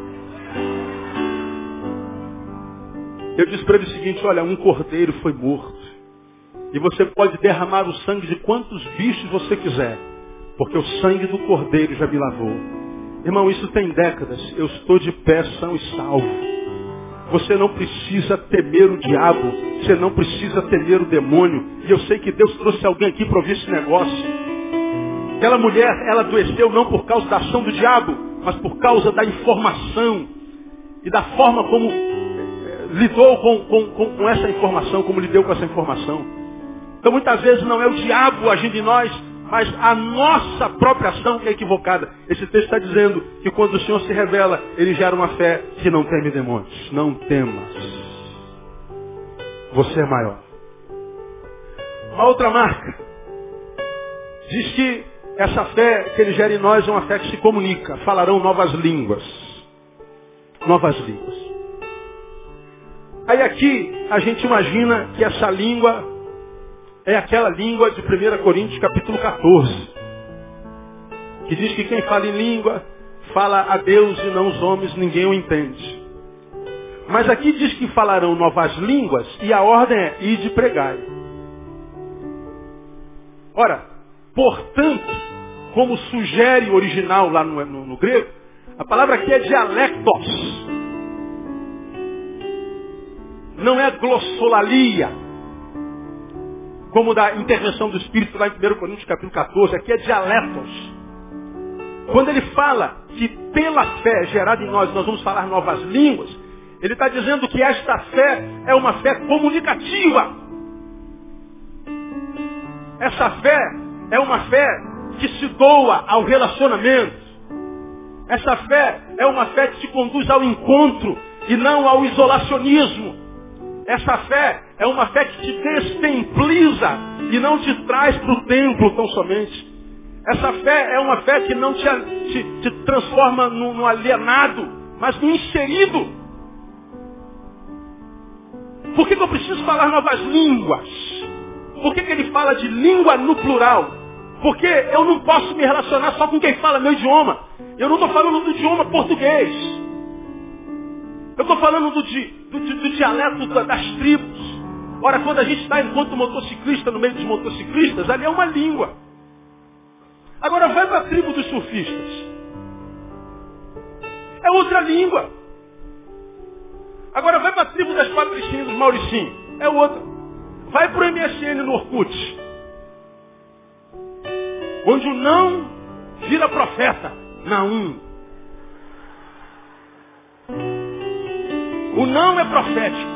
Eu disse para ele o seguinte, olha, um cordeiro foi morto. E você pode derramar o sangue de quantos bichos você quiser. Porque o sangue do cordeiro já me lavou. Irmão, isso tem décadas. Eu estou de pé, são e salvo. Você não precisa temer o diabo. Você não precisa temer o demônio. E eu sei que Deus trouxe alguém aqui para ouvir esse negócio. Aquela mulher, ela adoeceu não por causa da ação do diabo, mas por causa da informação. E da forma como lidou com essa informação, como lidou com essa informação. Então muitas vezes não é o diabo agindo em nós, mas a nossa própria ação que é equivocada. Esse texto está dizendo que quando o Senhor se revela, Ele gera uma fé que não teme demônios. Não temas. Você é maior. Uma outra marca. Diz que essa fé que Ele gera em nós é uma fé que se comunica. Falarão novas línguas. Novas línguas. Aí aqui a gente imagina que essa língua é aquela língua de 1 Coríntios capítulo 14. Que diz que quem fala em língua, fala a Deus e não os homens, ninguém o entende. Mas aqui diz que falarão novas línguas e a ordem é ide pregai. Ora, portanto, como sugere o original lá no grego, a palavra aqui é dialectos. Não é glossolalia. Como da intervenção do Espírito lá em 1 Coríntios capítulo 14, aqui é dialetos. Quando ele fala que pela fé gerada em nós vamos falar novas línguas, ele está dizendo que esta fé é uma fé comunicativa. Essa fé é uma fé que se doa ao relacionamento. Essa fé é uma fé que se conduz ao encontro e não ao isolacionismo. Essa fé é uma fé que te destempliza e não te traz para o templo tão somente. Essa fé é uma fé que não te transforma no alienado, mas no inserido. Por que eu preciso falar novas línguas? Por que ele fala de língua no plural? Porque eu não posso me relacionar só com quem fala meu idioma. Eu não estou falando do idioma português. Eu estou falando do dialeto das tribos. Ora, quando a gente está enquanto motociclista no meio dos motociclistas, ali é uma língua. Agora vai para a tribo dos surfistas. É outra língua. Agora vai para a tribo das patricinhas, dos mauricinhos. É outra. Vai para o MSN no Orkut. Onde o não vira profeta. Não. O não é profético.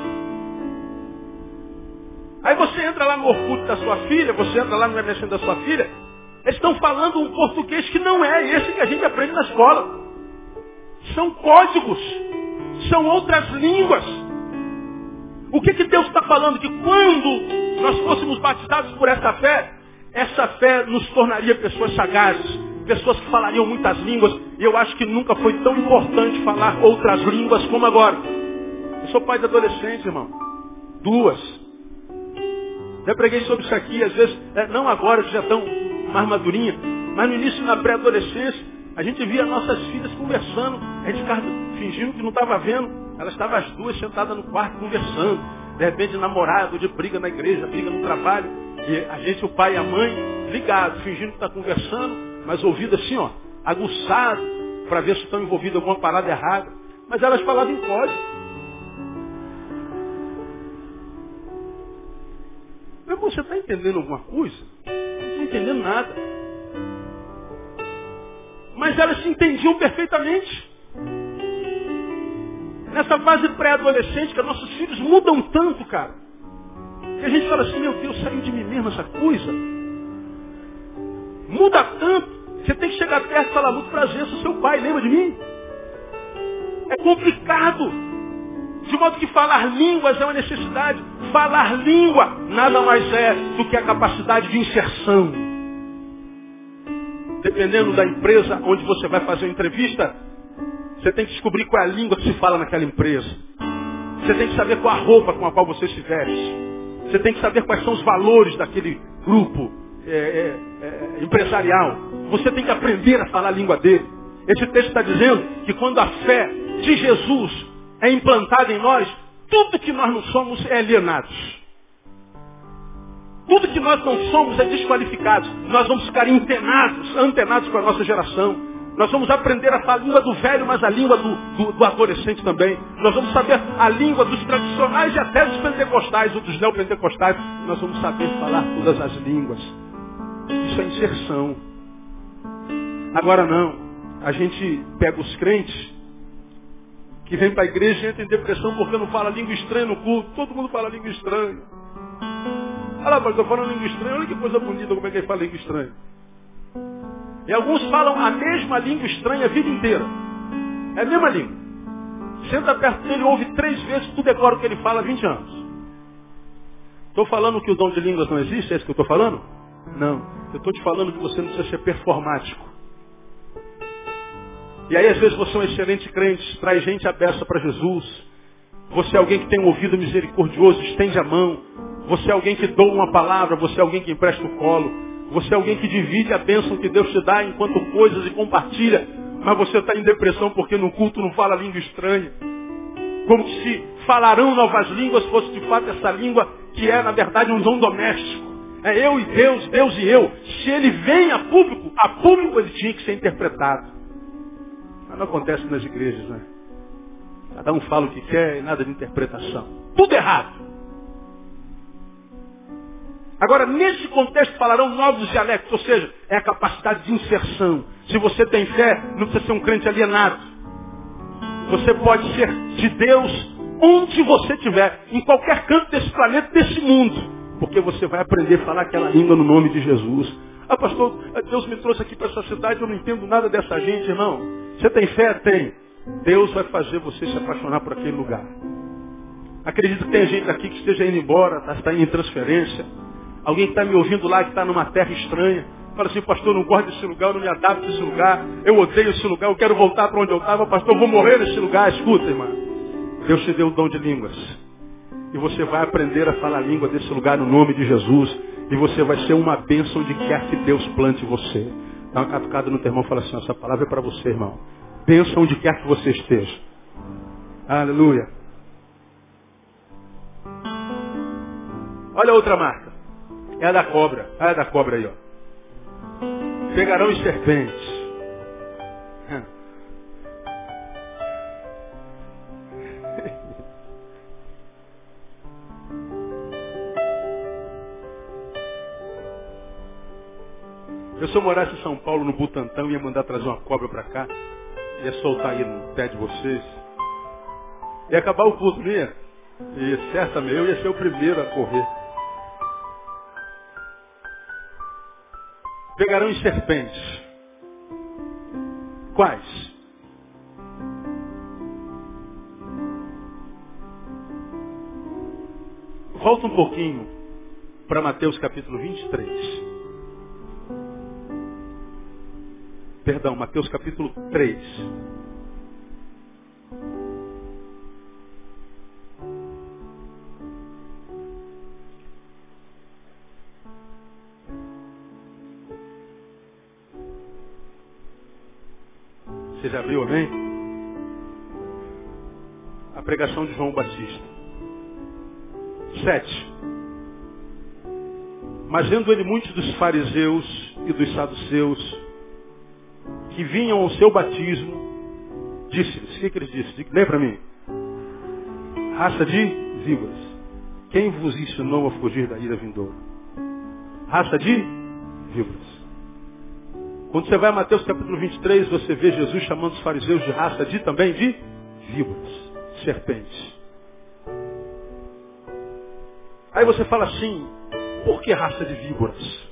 Aí você entra lá no Orkut da sua filha, você entra lá no MSN da sua filha, eles estão falando um português que não é esse que a gente aprende na escola. São códigos, são outras línguas. O que Deus está falando? Que quando nós fôssemos batizados por essa fé nos tornaria pessoas sagazes, pessoas que falariam muitas línguas. E eu acho que nunca foi tão importante falar outras línguas como agora. Eu sou pai de adolescente, irmão. 2. Já preguei sobre isso aqui, às vezes, não agora que já estão mais madurinhas, mas no início, na pré-adolescência, a gente via nossas filhas conversando, a gente ficava fingindo que não estava vendo, elas estavam as duas sentadas no quarto conversando, de repente namorado, de briga na igreja, briga no trabalho, e a gente, o pai e a mãe, ligado, fingindo que está conversando, mas ouvido assim, ó, aguçado, para ver se estão envolvidos em alguma parada errada, mas elas falavam em código. Meu irmão, você está entendendo alguma coisa? Não estou entendendo nada. Mas elas se entendiam perfeitamente. Nessa fase pré-adolescente, que nossos filhos mudam tanto, cara. E a gente fala assim, meu Deus, saiu de mim mesmo essa coisa. Muda tanto. Você tem que chegar perto e falar, muito prazer, sou seu pai, lembra de mim? É complicado. De modo que falar línguas é uma necessidade. Falar língua nada mais é do que a capacidade de inserção. Dependendo da empresa onde você vai fazer uma entrevista, você tem que descobrir qual é a língua que se fala naquela empresa. Você tem que saber qual a roupa com a qual você se veste. Você tem que saber quais são os valores daquele grupo empresarial. Você tem que aprender a falar a língua dele. Esse texto está dizendo que quando a fé de Jesus é implantada em nós, tudo que nós não somos é alienados. Tudo que nós não somos é desqualificado. Nós vamos ficar antenados com a nossa geração. Nós vamos aprender a falar a língua do velho, mas a língua do adolescente também. Nós vamos saber a língua dos tradicionais e até dos pentecostais ou dos neopentecostais. Nós vamos saber falar todas as línguas. Isso é inserção. Agora não. A gente pega os crentes que vêm para a igreja e entram em depressão porque não fala língua estranha no culto. Todo mundo fala língua estranha. Olha lá, pastor, falando língua estranha. Olha que coisa bonita como é que ele fala língua estranha. E alguns falam a mesma língua estranha a vida inteira. É a mesma língua. Senta perto dele, ouve 3 vezes, tu decora o que ele fala há 20 anos. Estou falando que o dom de línguas não existe? É isso que eu estou falando? Não. Eu estou te falando que você não precisa ser performático. E aí, às vezes, você é um excelente crente, traz gente à beça para Jesus. Você é alguém que tem um ouvido misericordioso, estende a mão. Você é alguém que doa uma palavra, você é alguém que empresta o colo. Você é alguém que divide a bênção que Deus te dá enquanto coisas e compartilha. Mas você está em depressão porque no culto não fala língua estranha. Como se falarão novas línguas fosse de fato essa língua que é, na verdade, um dom doméstico. É eu e Deus, Deus e eu. Se ele vem a público ele tinha que ser interpretado. Mas não acontece nas igrejas, né? Cada um fala o que quer e nada de interpretação. Tudo errado. Agora, nesse contexto, falarão novos dialectos, ou seja, é a capacidade de inserção. Se você tem fé, não precisa ser um crente alienado. Você pode ser de Deus onde você estiver, em qualquer canto desse planeta, desse mundo. Porque você vai aprender a falar aquela língua no nome de Jesus. Ah, pastor, Deus me trouxe aqui para essa cidade, eu não entendo nada dessa gente, irmão. Você tem fé? Tem. Deus vai fazer você se apaixonar por aquele lugar. Acredito que tem gente aqui que esteja indo embora, está em transferência. Alguém que está me ouvindo lá, que está numa terra estranha. Fala assim, pastor, eu não gosto desse lugar, eu não me adapto a esse lugar. Eu odeio esse lugar, eu quero voltar para onde eu estava. Pastor, eu vou morrer nesse lugar. Escuta, irmã. Deus te deu o dom de línguas. E você vai aprender a falar a língua desse lugar no nome de Jesus. E você vai ser uma bênção onde quer que Deus plante você. Dá uma catucada no teu irmão e fala assim, essa palavra é para você, irmão. Bênção onde quer que você esteja. Aleluia. Olha a outra marca. É a da cobra. Ah, é a da cobra aí, ó. Pegarão os serpentes. Eu, se eu morasse em São Paulo, no Butantão, ia mandar trazer uma cobra para cá. Ia soltar aí no pé de vocês. Ia acabar o culto, não ia? E certamente eu ia ser o primeiro a correr. Pegarão os serpentes. Quais? Volta um pouquinho para Mateus capítulo 23. Perdão, Mateus capítulo 3. Você já abriu, amém? A pregação de João Batista. 7. Mas vendo ele muitos dos fariseus e dos saduceus que vinham ao seu batismo, disse-lhes, o que eles disseram? Lê para mim. Raça de víboras. Quem vos ensinou a fugir da ira vindoura? Raça de víboras. Quando você vai a Mateus capítulo 23, você vê Jesus chamando os fariseus de raça de também de víboras, serpentes. Aí você fala assim, por que raça de víboras?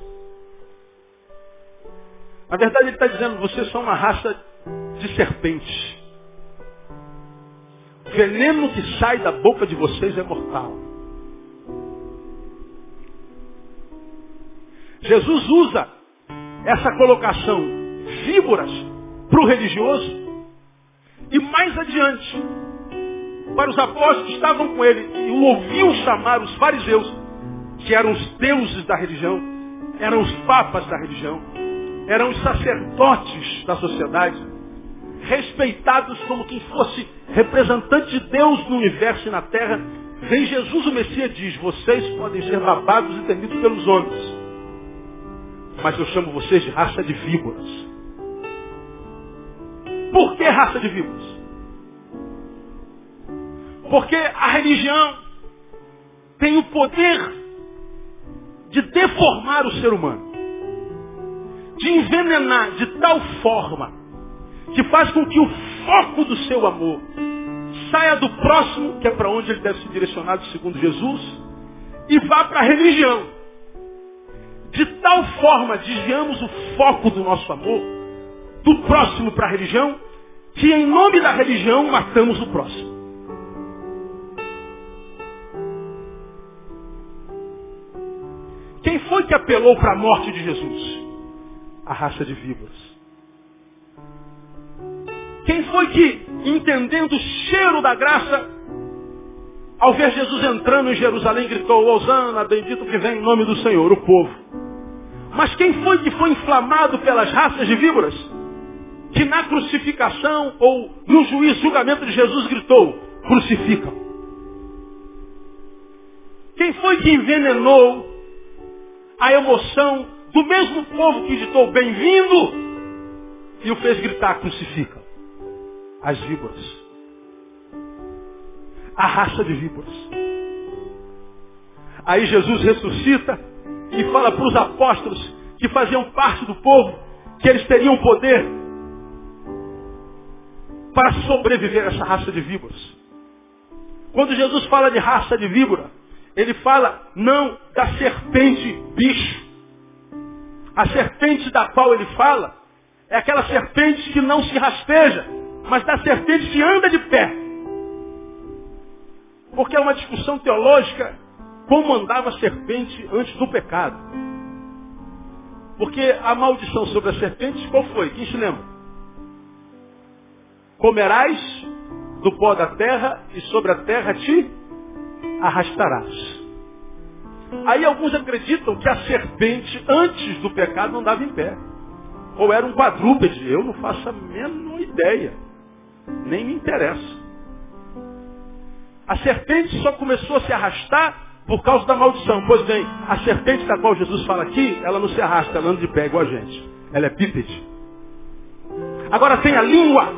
Na verdade ele está dizendo, vocês são uma raça de serpentes. O veneno que sai da boca de vocês é mortal. Jesus usa essa colocação, víboras, para o religioso. E mais adiante, para os apóstolos que estavam com ele e o ouviam chamar os fariseus, que eram os deuses da religião, eram os papas da religião, eram os sacerdotes da sociedade, respeitados como quem fosse representante de Deus no universo e na terra. Vem Jesus o Messias e diz, vocês podem ser babados e temidos pelos homens, mas eu chamo vocês de raça de víboras. Por que raça de víboras? Porque a religião tem o poder de deformar o ser humano, de envenenar de tal forma que faz com que o foco do seu amor saia do próximo, que é para onde ele deve ser direcionado segundo Jesus, e vá para a religião. De tal forma desviamos o foco do nosso amor do próximo para a religião, que em nome da religião matamos o próximo. Quem foi que apelou para a morte de Jesus? A raça de víboras. Quem foi que, entendendo o cheiro da graça, ao ver Jesus entrando em Jerusalém, gritou, Hosana, bendito que vem em nome do Senhor, o povo. Mas quem foi que foi inflamado pelas raças de víboras? Que na crucificação ou no julgamento de Jesus gritou, crucificam. Quem foi que envenenou a emoção do mesmo povo que gritou bem-vindo e o fez gritar crucificam? As víboras. A raça de víboras. Aí Jesus ressuscita e fala para os apóstolos que faziam parte do povo que eles teriam poder para sobreviver a essa raça de víboras. Quando Jesus fala de raça de víbora, ele fala não da serpente bicho. A serpente da qual ele fala é aquela serpente que não se rasteja, mas da serpente que anda de pé. Porque é uma discussão teológica como andava a serpente antes do pecado. Porque a maldição sobre a serpente, qual foi? Quem se lembra? Comerás do pó da terra e sobre a terra te arrastarás. Aí alguns acreditam que a serpente, antes do pecado, andava em pé. Ou era um quadrúpede. Eu não faço a menor ideia. Nem me interessa. A serpente só começou a se arrastar por causa da maldição. Pois bem, a serpente da qual Jesus fala aqui, ela não se arrasta, ela anda de pé igual a gente. Ela é bípede. Agora tem a língua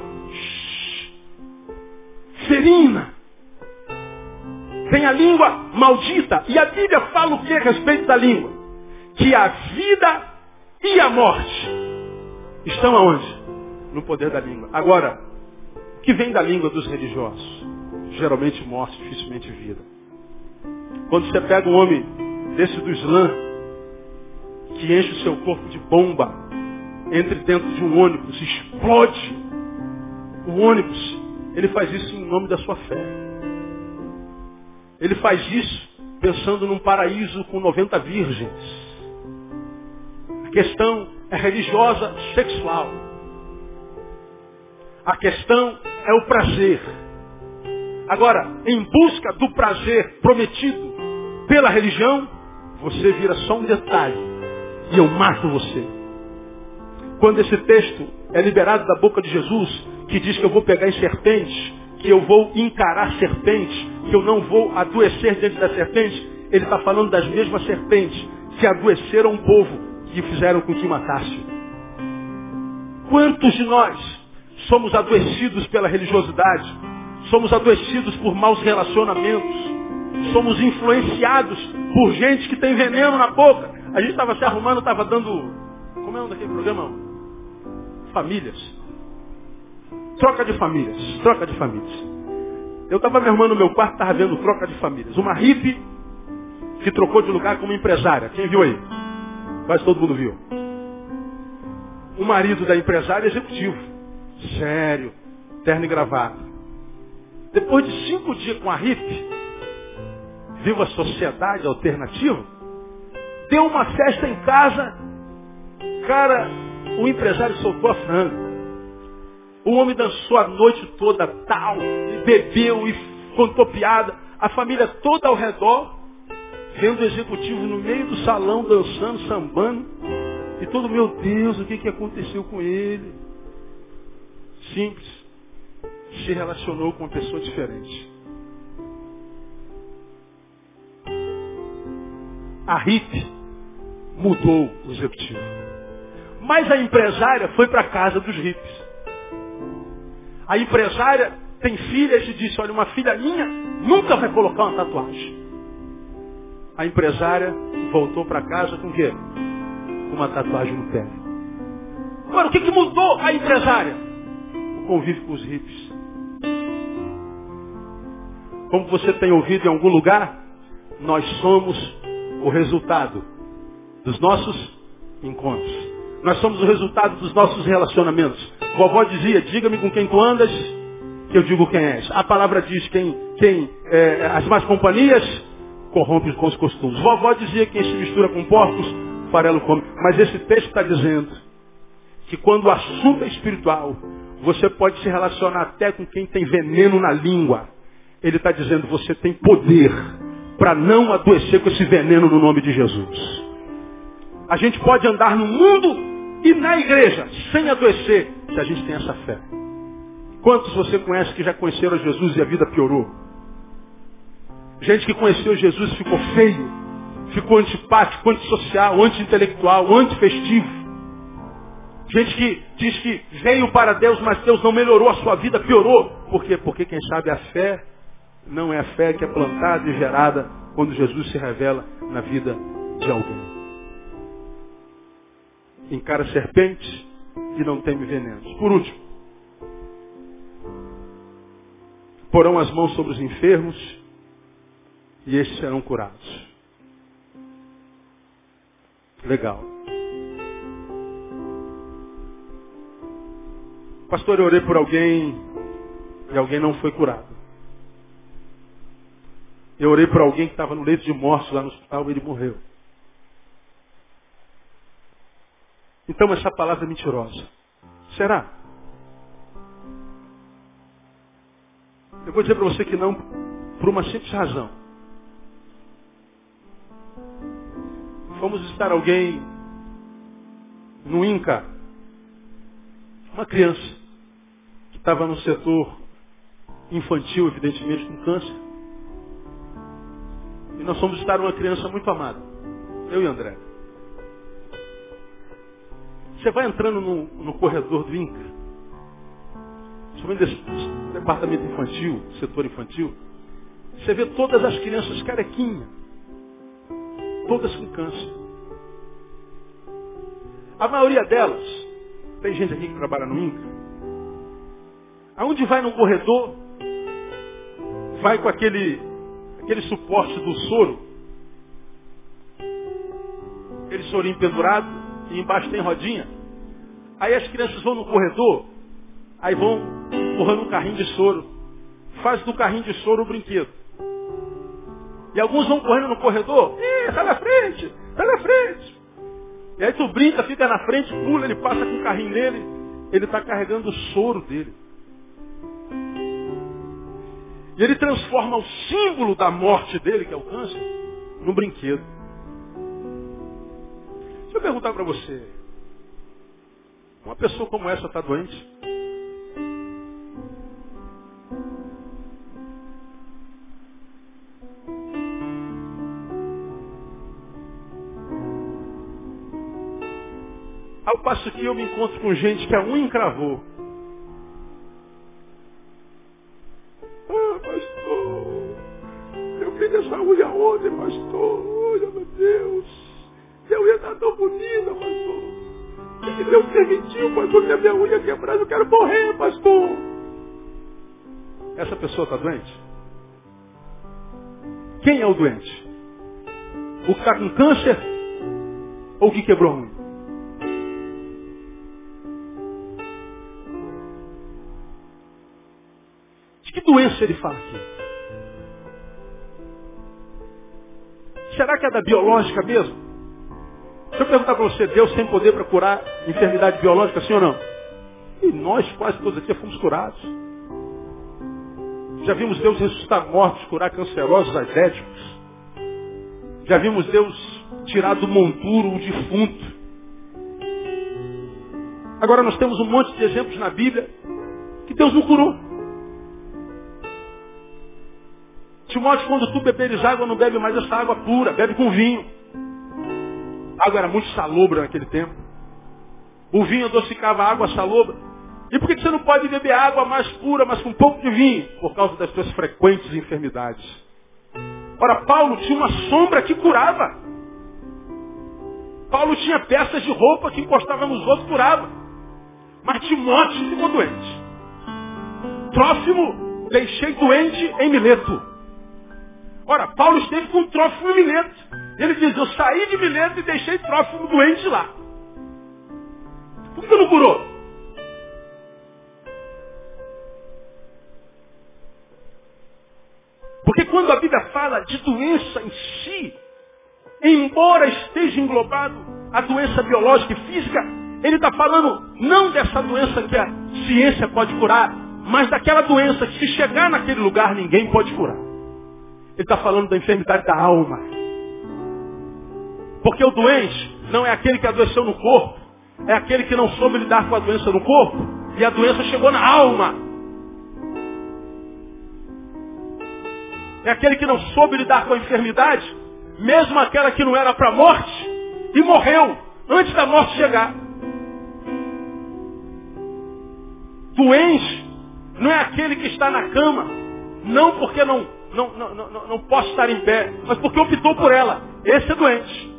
ferina. Tem a língua maldita. E a Bíblia fala o que a respeito da língua? Que a vida e a morte estão aonde? No poder da língua. Agora, o que vem da língua dos religiosos? Geralmente morte, dificilmente vida. Quando você pega um homem desse do Islã, que enche o seu corpo de bomba, entre dentro de um ônibus, explode o ônibus, ele faz isso em nome da sua fé. Ele faz isso pensando num paraíso com 90 virgens. A questão é religiosa, sexual. A questão é o prazer. Agora, em busca do prazer prometido pela religião, você vira só um detalhe. E eu mato você. Quando esse texto é liberado da boca de Jesus, que diz que eu vou pegar em serpentes, que eu vou encarar serpentes, que eu não vou adoecer diante da serpente, ele está falando das mesmas serpentes que adoeceram o povo e fizeram com que matasse. Quantos de nós somos adoecidos pela religiosidade? Somos adoecidos por maus relacionamentos? Somos influenciados por gente que tem veneno na boca? A gente estava se arrumando, estava dando... Como é o nome daquele programa? Famílias. Troca de famílias. Troca de famílias. Eu estava me arrumando no meu quarto, estava vendo Troca de Famílias. Uma hippie que trocou de lugar como empresária. Quem viu aí? Quase todo mundo viu. O marido da empresária é executivo. Sério. Terno e gravata. Depois de 5 dias com a hippie, viu a sociedade alternativa, deu uma festa em casa. Cara, o empresário soltou a franga. O homem dançou a noite toda, tal, e bebeu e contou piada. A família toda ao redor, vendo o executivo no meio do salão, dançando, sambando. E todo, meu Deus, o que aconteceu com ele? Simples. Se relacionou com uma pessoa diferente. A hippie mudou o executivo. Mas a empresária foi para a casa dos hippies. A empresária tem filhas e disse, olha, uma filha minha nunca vai colocar uma tatuagem. A empresária voltou para casa com o quê? Com uma tatuagem no pé. Agora, o que mudou a empresária? O convívio com os hippies. Como você tem ouvido em algum lugar, nós somos o resultado dos nossos encontros. Nós somos o resultado dos nossos relacionamentos. Vovó dizia, diga-me com quem tu andas, que eu digo quem és. A palavra diz as más companhias corrompem com os costumes. Vovó dizia, quem se mistura com porcos, farelo come. Mas esse texto está dizendo que quando o assunto é espiritual, você pode se relacionar até com quem tem veneno na língua. Ele está dizendo, você tem poder para não adoecer com esse veneno no nome de Jesus. A gente pode andar no mundo e na igreja sem adoecer, se a gente tem essa fé. Quantos você conhece que já conheceram Jesus e a vida piorou? Gente que conheceu Jesus ficou feio, ficou antipático, antissocial, anti-intelectual, anti-festivo. Gente que diz que veio para Deus, mas Deus não melhorou a sua vida, piorou. Por quê? Porque quem sabe a fé não é a fé que é plantada e gerada quando Jesus se revela na vida de alguém. Encara serpentes e não teme venenos. Por último, porão as mãos sobre os enfermos e estes serão curados. Legal. Pastor, eu orei por alguém e alguém não foi curado. Eu orei por alguém que estava no leito de morte lá no hospital e ele morreu. Então essa palavra é mentirosa. Será? Eu vou dizer para você que não, por uma simples razão. Fomos visitar alguém no INCA, uma criança que estava no setor infantil, evidentemente, com câncer. E nós fomos visitar uma criança muito amada, eu e André. Você vai entrando no corredor do INCA, principalmente desse departamento infantil, setor infantil, você vê todas as crianças carequinhas, todas com câncer. A maioria delas, tem gente aqui que trabalha no INCA, aonde vai no corredor, vai com aquele suporte do soro, aquele sorinho pendurado, e embaixo tem rodinha. Aí as crianças vão no corredor, aí vão empurrando um carrinho de soro. Faz do carrinho de soro o brinquedo. E alguns vão correndo no corredor, tá na frente, tá na frente. E aí tu brinca, fica na frente, pula, ele passa com o carrinho dele, ele está carregando o soro dele. E ele transforma o símbolo da morte dele, que é o câncer, num brinquedo. Deixa eu perguntar para você. Uma pessoa como essa está doente? Ao passo que eu me encontro com gente que a unha encravou. Ah, pastor, eu fiz essa unha ontem, pastor. Olha, meu Deus. Minha unha está tão bonita, pastor. Se Deus permitiu, pastor, que a minha unha quebrada, eu quero morrer, pastor. Essa pessoa está doente? Quem é o doente? O que está com câncer ou o que quebrou a unha? De que doença ele fala aqui? Será que é da biológica mesmo? Deixa eu perguntar para você, Deus tem poder para curar enfermidade biológica, sim ou não? E nós quase todos aqui fomos curados. Já vimos Deus ressuscitar mortos, curar cancerosos, ascéticos. Já vimos Deus tirar do monturo o defunto. Agora nós temos um monte de exemplos na Bíblia que Deus não curou. Timóteo, quando tu beberes água, não bebe mais essa água pura, bebe com vinho. A água era muito salobra naquele tempo. O vinho adocicava a água salobra. E por que você não pode beber água mais pura, mas com um pouco de vinho? Por causa das suas frequentes enfermidades. Ora, Paulo tinha uma sombra que curava. Paulo tinha peças de roupa que encostava nos outros e curava. Mas Timóteo ficou doente. Trófimo deixei doente em Mileto. Ora, Paulo esteve com Trófimo em Mileto. Ele diz, eu saí de Mileto e deixei Trófimo doente lá. Por que não curou? Porque quando a Bíblia fala de doença em si, embora esteja englobado a doença biológica e física, ele está falando não dessa doença que a ciência pode curar, mas daquela doença que se chegar naquele lugar ninguém pode curar. Ele está falando da enfermidade da alma. Porque o doente não é aquele que adoeceu no corpo, é aquele que não soube lidar com a doença no corpo, e a doença chegou na alma. É aquele que não soube lidar com a enfermidade, mesmo aquela que não era para a morte, e morreu antes da morte chegar. Doente não é aquele que está na cama, não porque não posso estar em pé, mas porque optou por ela. Esse é doente.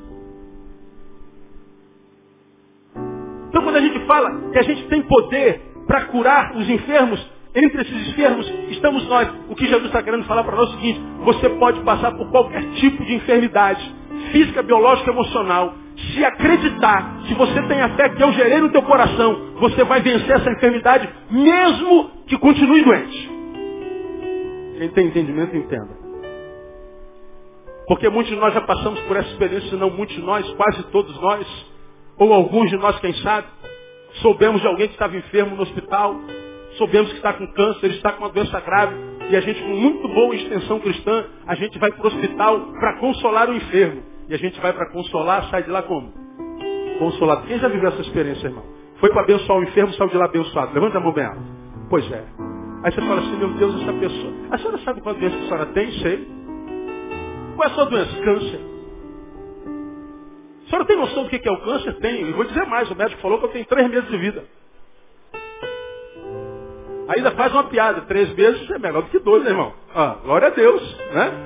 Então quando a gente fala que a gente tem poder para curar os enfermos, entre esses enfermos estamos nós. O que Jesus está querendo falar para nós é o seguinte: você pode passar por qualquer tipo de enfermidade, física, biológica, emocional. Se acreditar, se você tem a fé que eu gerei no teu coração, você vai vencer essa enfermidade, mesmo que continue doente. Quem tem entendimento, entenda. Porque muitos de nós já passamos por essa experiência, se não muitos de nós, quase todos nós, ou alguns de nós, quem sabe, soubemos de alguém que estava enfermo no hospital, soubemos que está com câncer, está com uma doença grave, e a gente, com muito boa extensão cristã, a gente vai para o hospital para consolar o enfermo. E a gente vai para consolar, sai de lá como? Consolado. Quem já viveu essa experiência, irmão? Foi para abençoar o enfermo, saiu de lá abençoado. Levanta a mão bem alta. Pois é. Aí você fala assim, meu Deus, essa pessoa... A senhora sabe qual doença a senhora tem? Sei. Qual é a sua doença? Câncer. A senhora tem noção do que é o câncer? Tem. E vou dizer mais, o médico falou que eu tenho 3 meses de vida. Ainda faz uma piada, 3 meses é melhor do que 2, né, irmão? Ah, glória a Deus, né?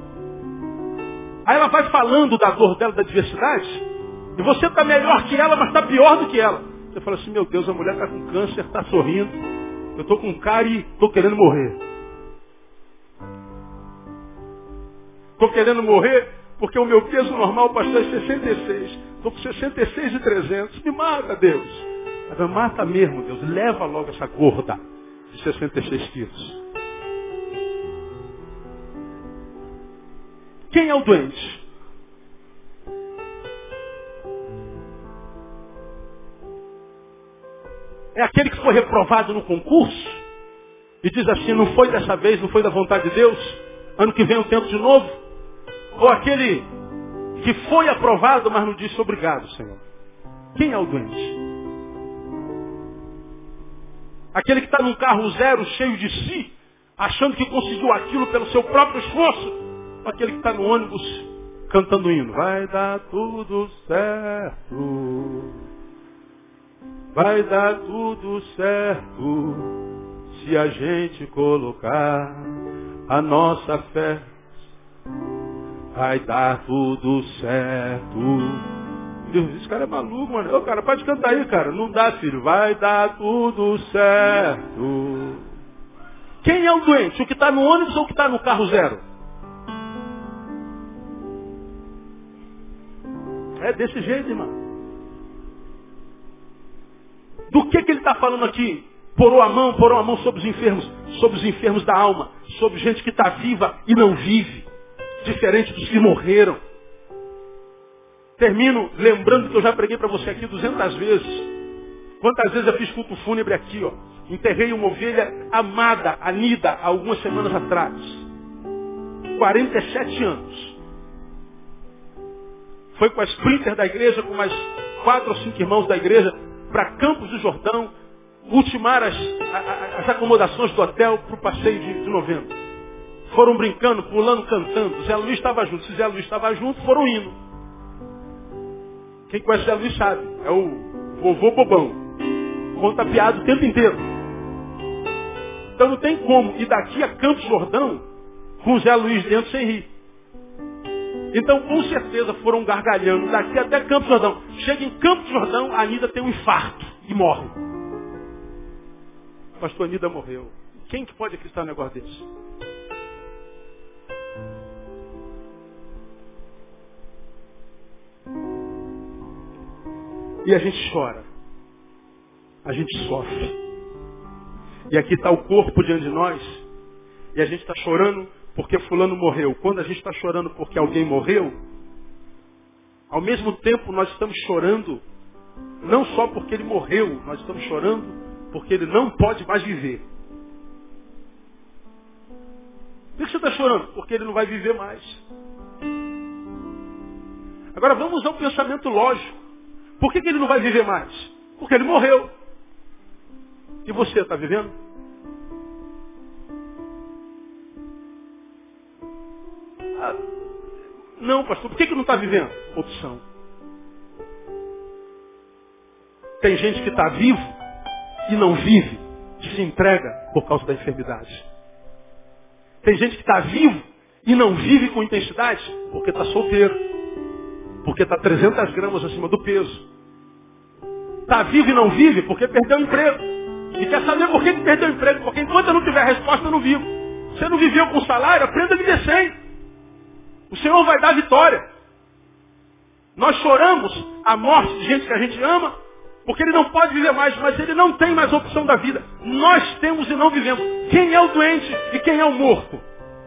Aí ela vai falando da dor dela, da adversidade, e você está melhor que ela, mas está pior do que ela. Você fala assim, meu Deus, a mulher está com câncer, está sorrindo, eu estou com cara e estou querendo morrer. Estou querendo morrer porque o meu peso normal, pastor, é 66. Estou com 66,300. Me mata, Deus. Ela mata mesmo, Deus. Leva logo essa gorda de 66 quilos. Quem é o doente? É aquele que foi reprovado no concurso e diz assim, não foi dessa vez, não foi da vontade de Deus, ano que vem eu tento de novo? Ou aquele que foi aprovado, mas não disse obrigado, Senhor? Quem é o doente? Aquele que está num carro zero, cheio de si, achando que conseguiu aquilo pelo seu próprio esforço? Aquele que está no ônibus cantando hino. Vai dar tudo certo. Vai dar tudo certo. Se a gente colocar a nossa fé. Vai dar tudo certo. Deus, esse cara é maluco, mano. Ô, cara, pode cantar aí, cara. Não dá, filho. Vai dar tudo certo. Quem é o doente? O que está no ônibus ou o que está no carro zero? É desse jeito, irmão. Do que ele está falando aqui? Porou a mão sobre os enfermos da alma, sobre gente que está viva e não vive, diferente dos que morreram. Termino lembrando que eu já preguei para você aqui 200 vezes. Quantas vezes eu fiz culto fúnebre aqui, ó. Enterrei uma ovelha amada, Anida, há algumas semanas atrás. 47 anos. Foi com a Sprinter da igreja, com mais 4 ou 5 irmãos da igreja, para Campos do Jordão, ultimar as acomodações do hotel para o passeio de novembro. Foram brincando, pulando, cantando. Zé Luiz estava junto. Se Zé Luiz estava junto, foram indo. Quem conhece Zé Luiz sabe. É o vovô bobão. Conta piada o tempo inteiro. Então não tem como ir daqui a Campos do Jordão com o Zé Luiz dentro sem rir. Então com certeza foram gargalhando daqui até Campos do Jordão. Chega em Campos do Jordão, a Anida tem um infarto e morre. A pastor Anida morreu. Quem que pode acreditar num negócio desse? E a gente chora. A gente sofre. E aqui está o corpo diante de nós. E a gente está chorando porque fulano morreu. Quando a gente está chorando porque alguém morreu, ao mesmo tempo nós estamos chorando, não só porque ele morreu, nós estamos chorando porque ele não pode mais viver. Por que você está chorando? Porque ele não vai viver mais. Agora vamos ao pensamento lógico. Por que ele não vai viver mais? Porque ele morreu. E você está vivendo? Ah, não, pastor. Por que não está vivendo? Opção. Tem gente que está vivo e não vive, se entrega por causa da enfermidade. Tem gente que está vivo e não vive com intensidade porque está solteiro, porque está 300 gramas acima do peso. Está vivo e não vive porque perdeu o emprego. E quer saber por que perdeu o emprego? Porque enquanto eu não tiver resposta, eu não vivo. Você não viveu com salário, aprenda a viver sem. O Senhor vai dar vitória. Nós choramos a morte de gente que a gente ama, porque ele não pode viver mais, mas ele não tem mais opção da vida. Nós temos e não vivemos. Quem é o doente e quem é o morto?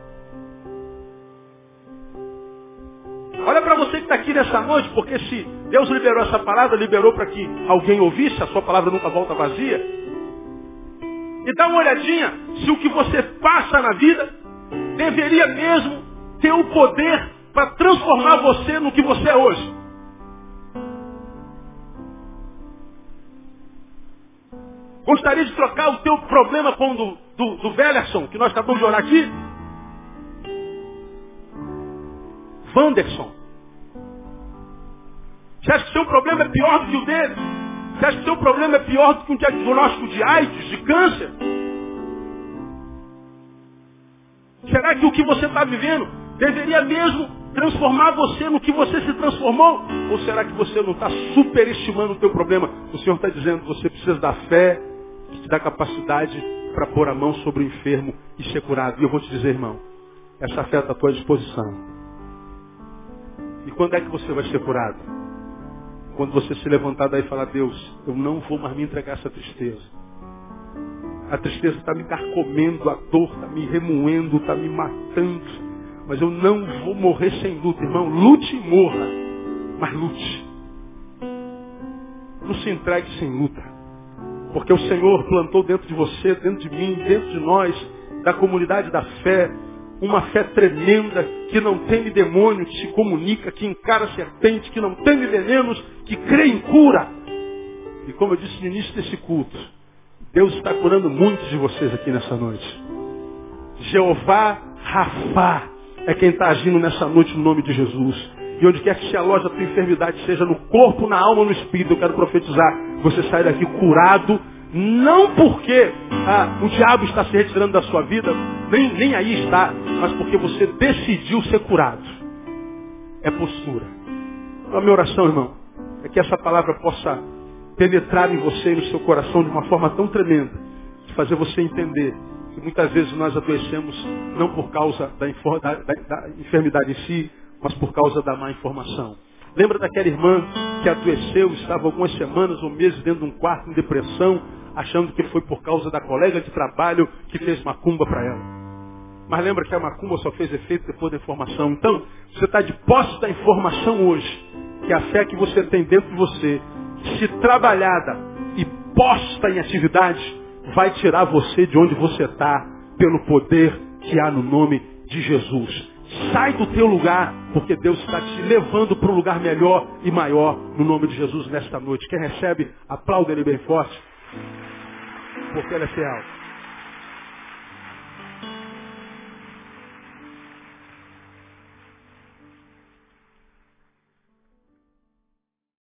Olha para você que está aqui nessa noite, porque se Deus liberou essa palavra, liberou para que alguém ouvisse, a sua palavra nunca volta vazia. E dá uma olhadinha se o que você passa na vida deveria mesmo ter o poder para transformar você no que você é hoje. Gostaria de trocar o teu problema com o do Wellerson, que nós acabamos de orar aqui? Wanderson. Você acha que o seu problema é pior do que o dele? Você acha que o seu problema é pior do que um diagnóstico de AIDS, de câncer? Será que o que você está vivendo deveria mesmo transformar você no que você se transformou? Ou será que você não está superestimando o teu problema? O Senhor está dizendo que você precisa da fé, que te dá capacidade para pôr a mão sobre o enfermo e ser curado. E eu vou te dizer, irmão, essa fé está à tua disposição. E quando é que você vai ser curado? Quando você se levantar daí e falar: Deus, eu não vou mais me entregar a essa tristeza. A tristeza está me carcomendo, a dor está me remoendo, está me matando. Mas eu não vou morrer sem luta, irmão. Lute e morra, mas lute. Não se entregue sem luta. Porque o Senhor plantou dentro de você, dentro de mim, dentro de nós, da comunidade da fé, uma fé tremenda, que não teme demônio, que se comunica, que encara a serpente, que não teme venenos, que crê em cura. E como eu disse no início desse culto, Deus está curando muitos de vocês aqui nessa noite. Jeová Rafá é quem está agindo nessa noite no nome de Jesus. E onde quer que se aloje a tua enfermidade, seja no corpo, na alma ou no espírito, eu quero profetizar, você sai daqui curado, não porque o diabo está se retirando da sua vida, nem aí está, mas porque você decidiu ser curado. É postura. Então, a minha oração, irmão, é que essa palavra possa penetrar em você e no seu coração de uma forma tão tremenda, de fazer você entender que muitas vezes nós adoecemos não por causa da enfermidade em si, mas por causa da má informação. Lembra daquela irmã que adoeceu, estava algumas semanas ou meses dentro de um quarto em depressão, achando que foi por causa da colega de trabalho que fez macumba para ela. Mas lembra que a macumba só fez efeito depois da informação. Então, você está de posse da informação hoje, que a fé que você tem dentro de você, se trabalhada e posta em atividade, vai tirar você de onde você está, pelo poder que há no nome de Jesus. Sai do teu lugar, porque Deus está te levando para um lugar melhor e maior, no nome de Jesus, nesta noite. Quem recebe, aplauda Ele bem forte, porque Ele é fiel.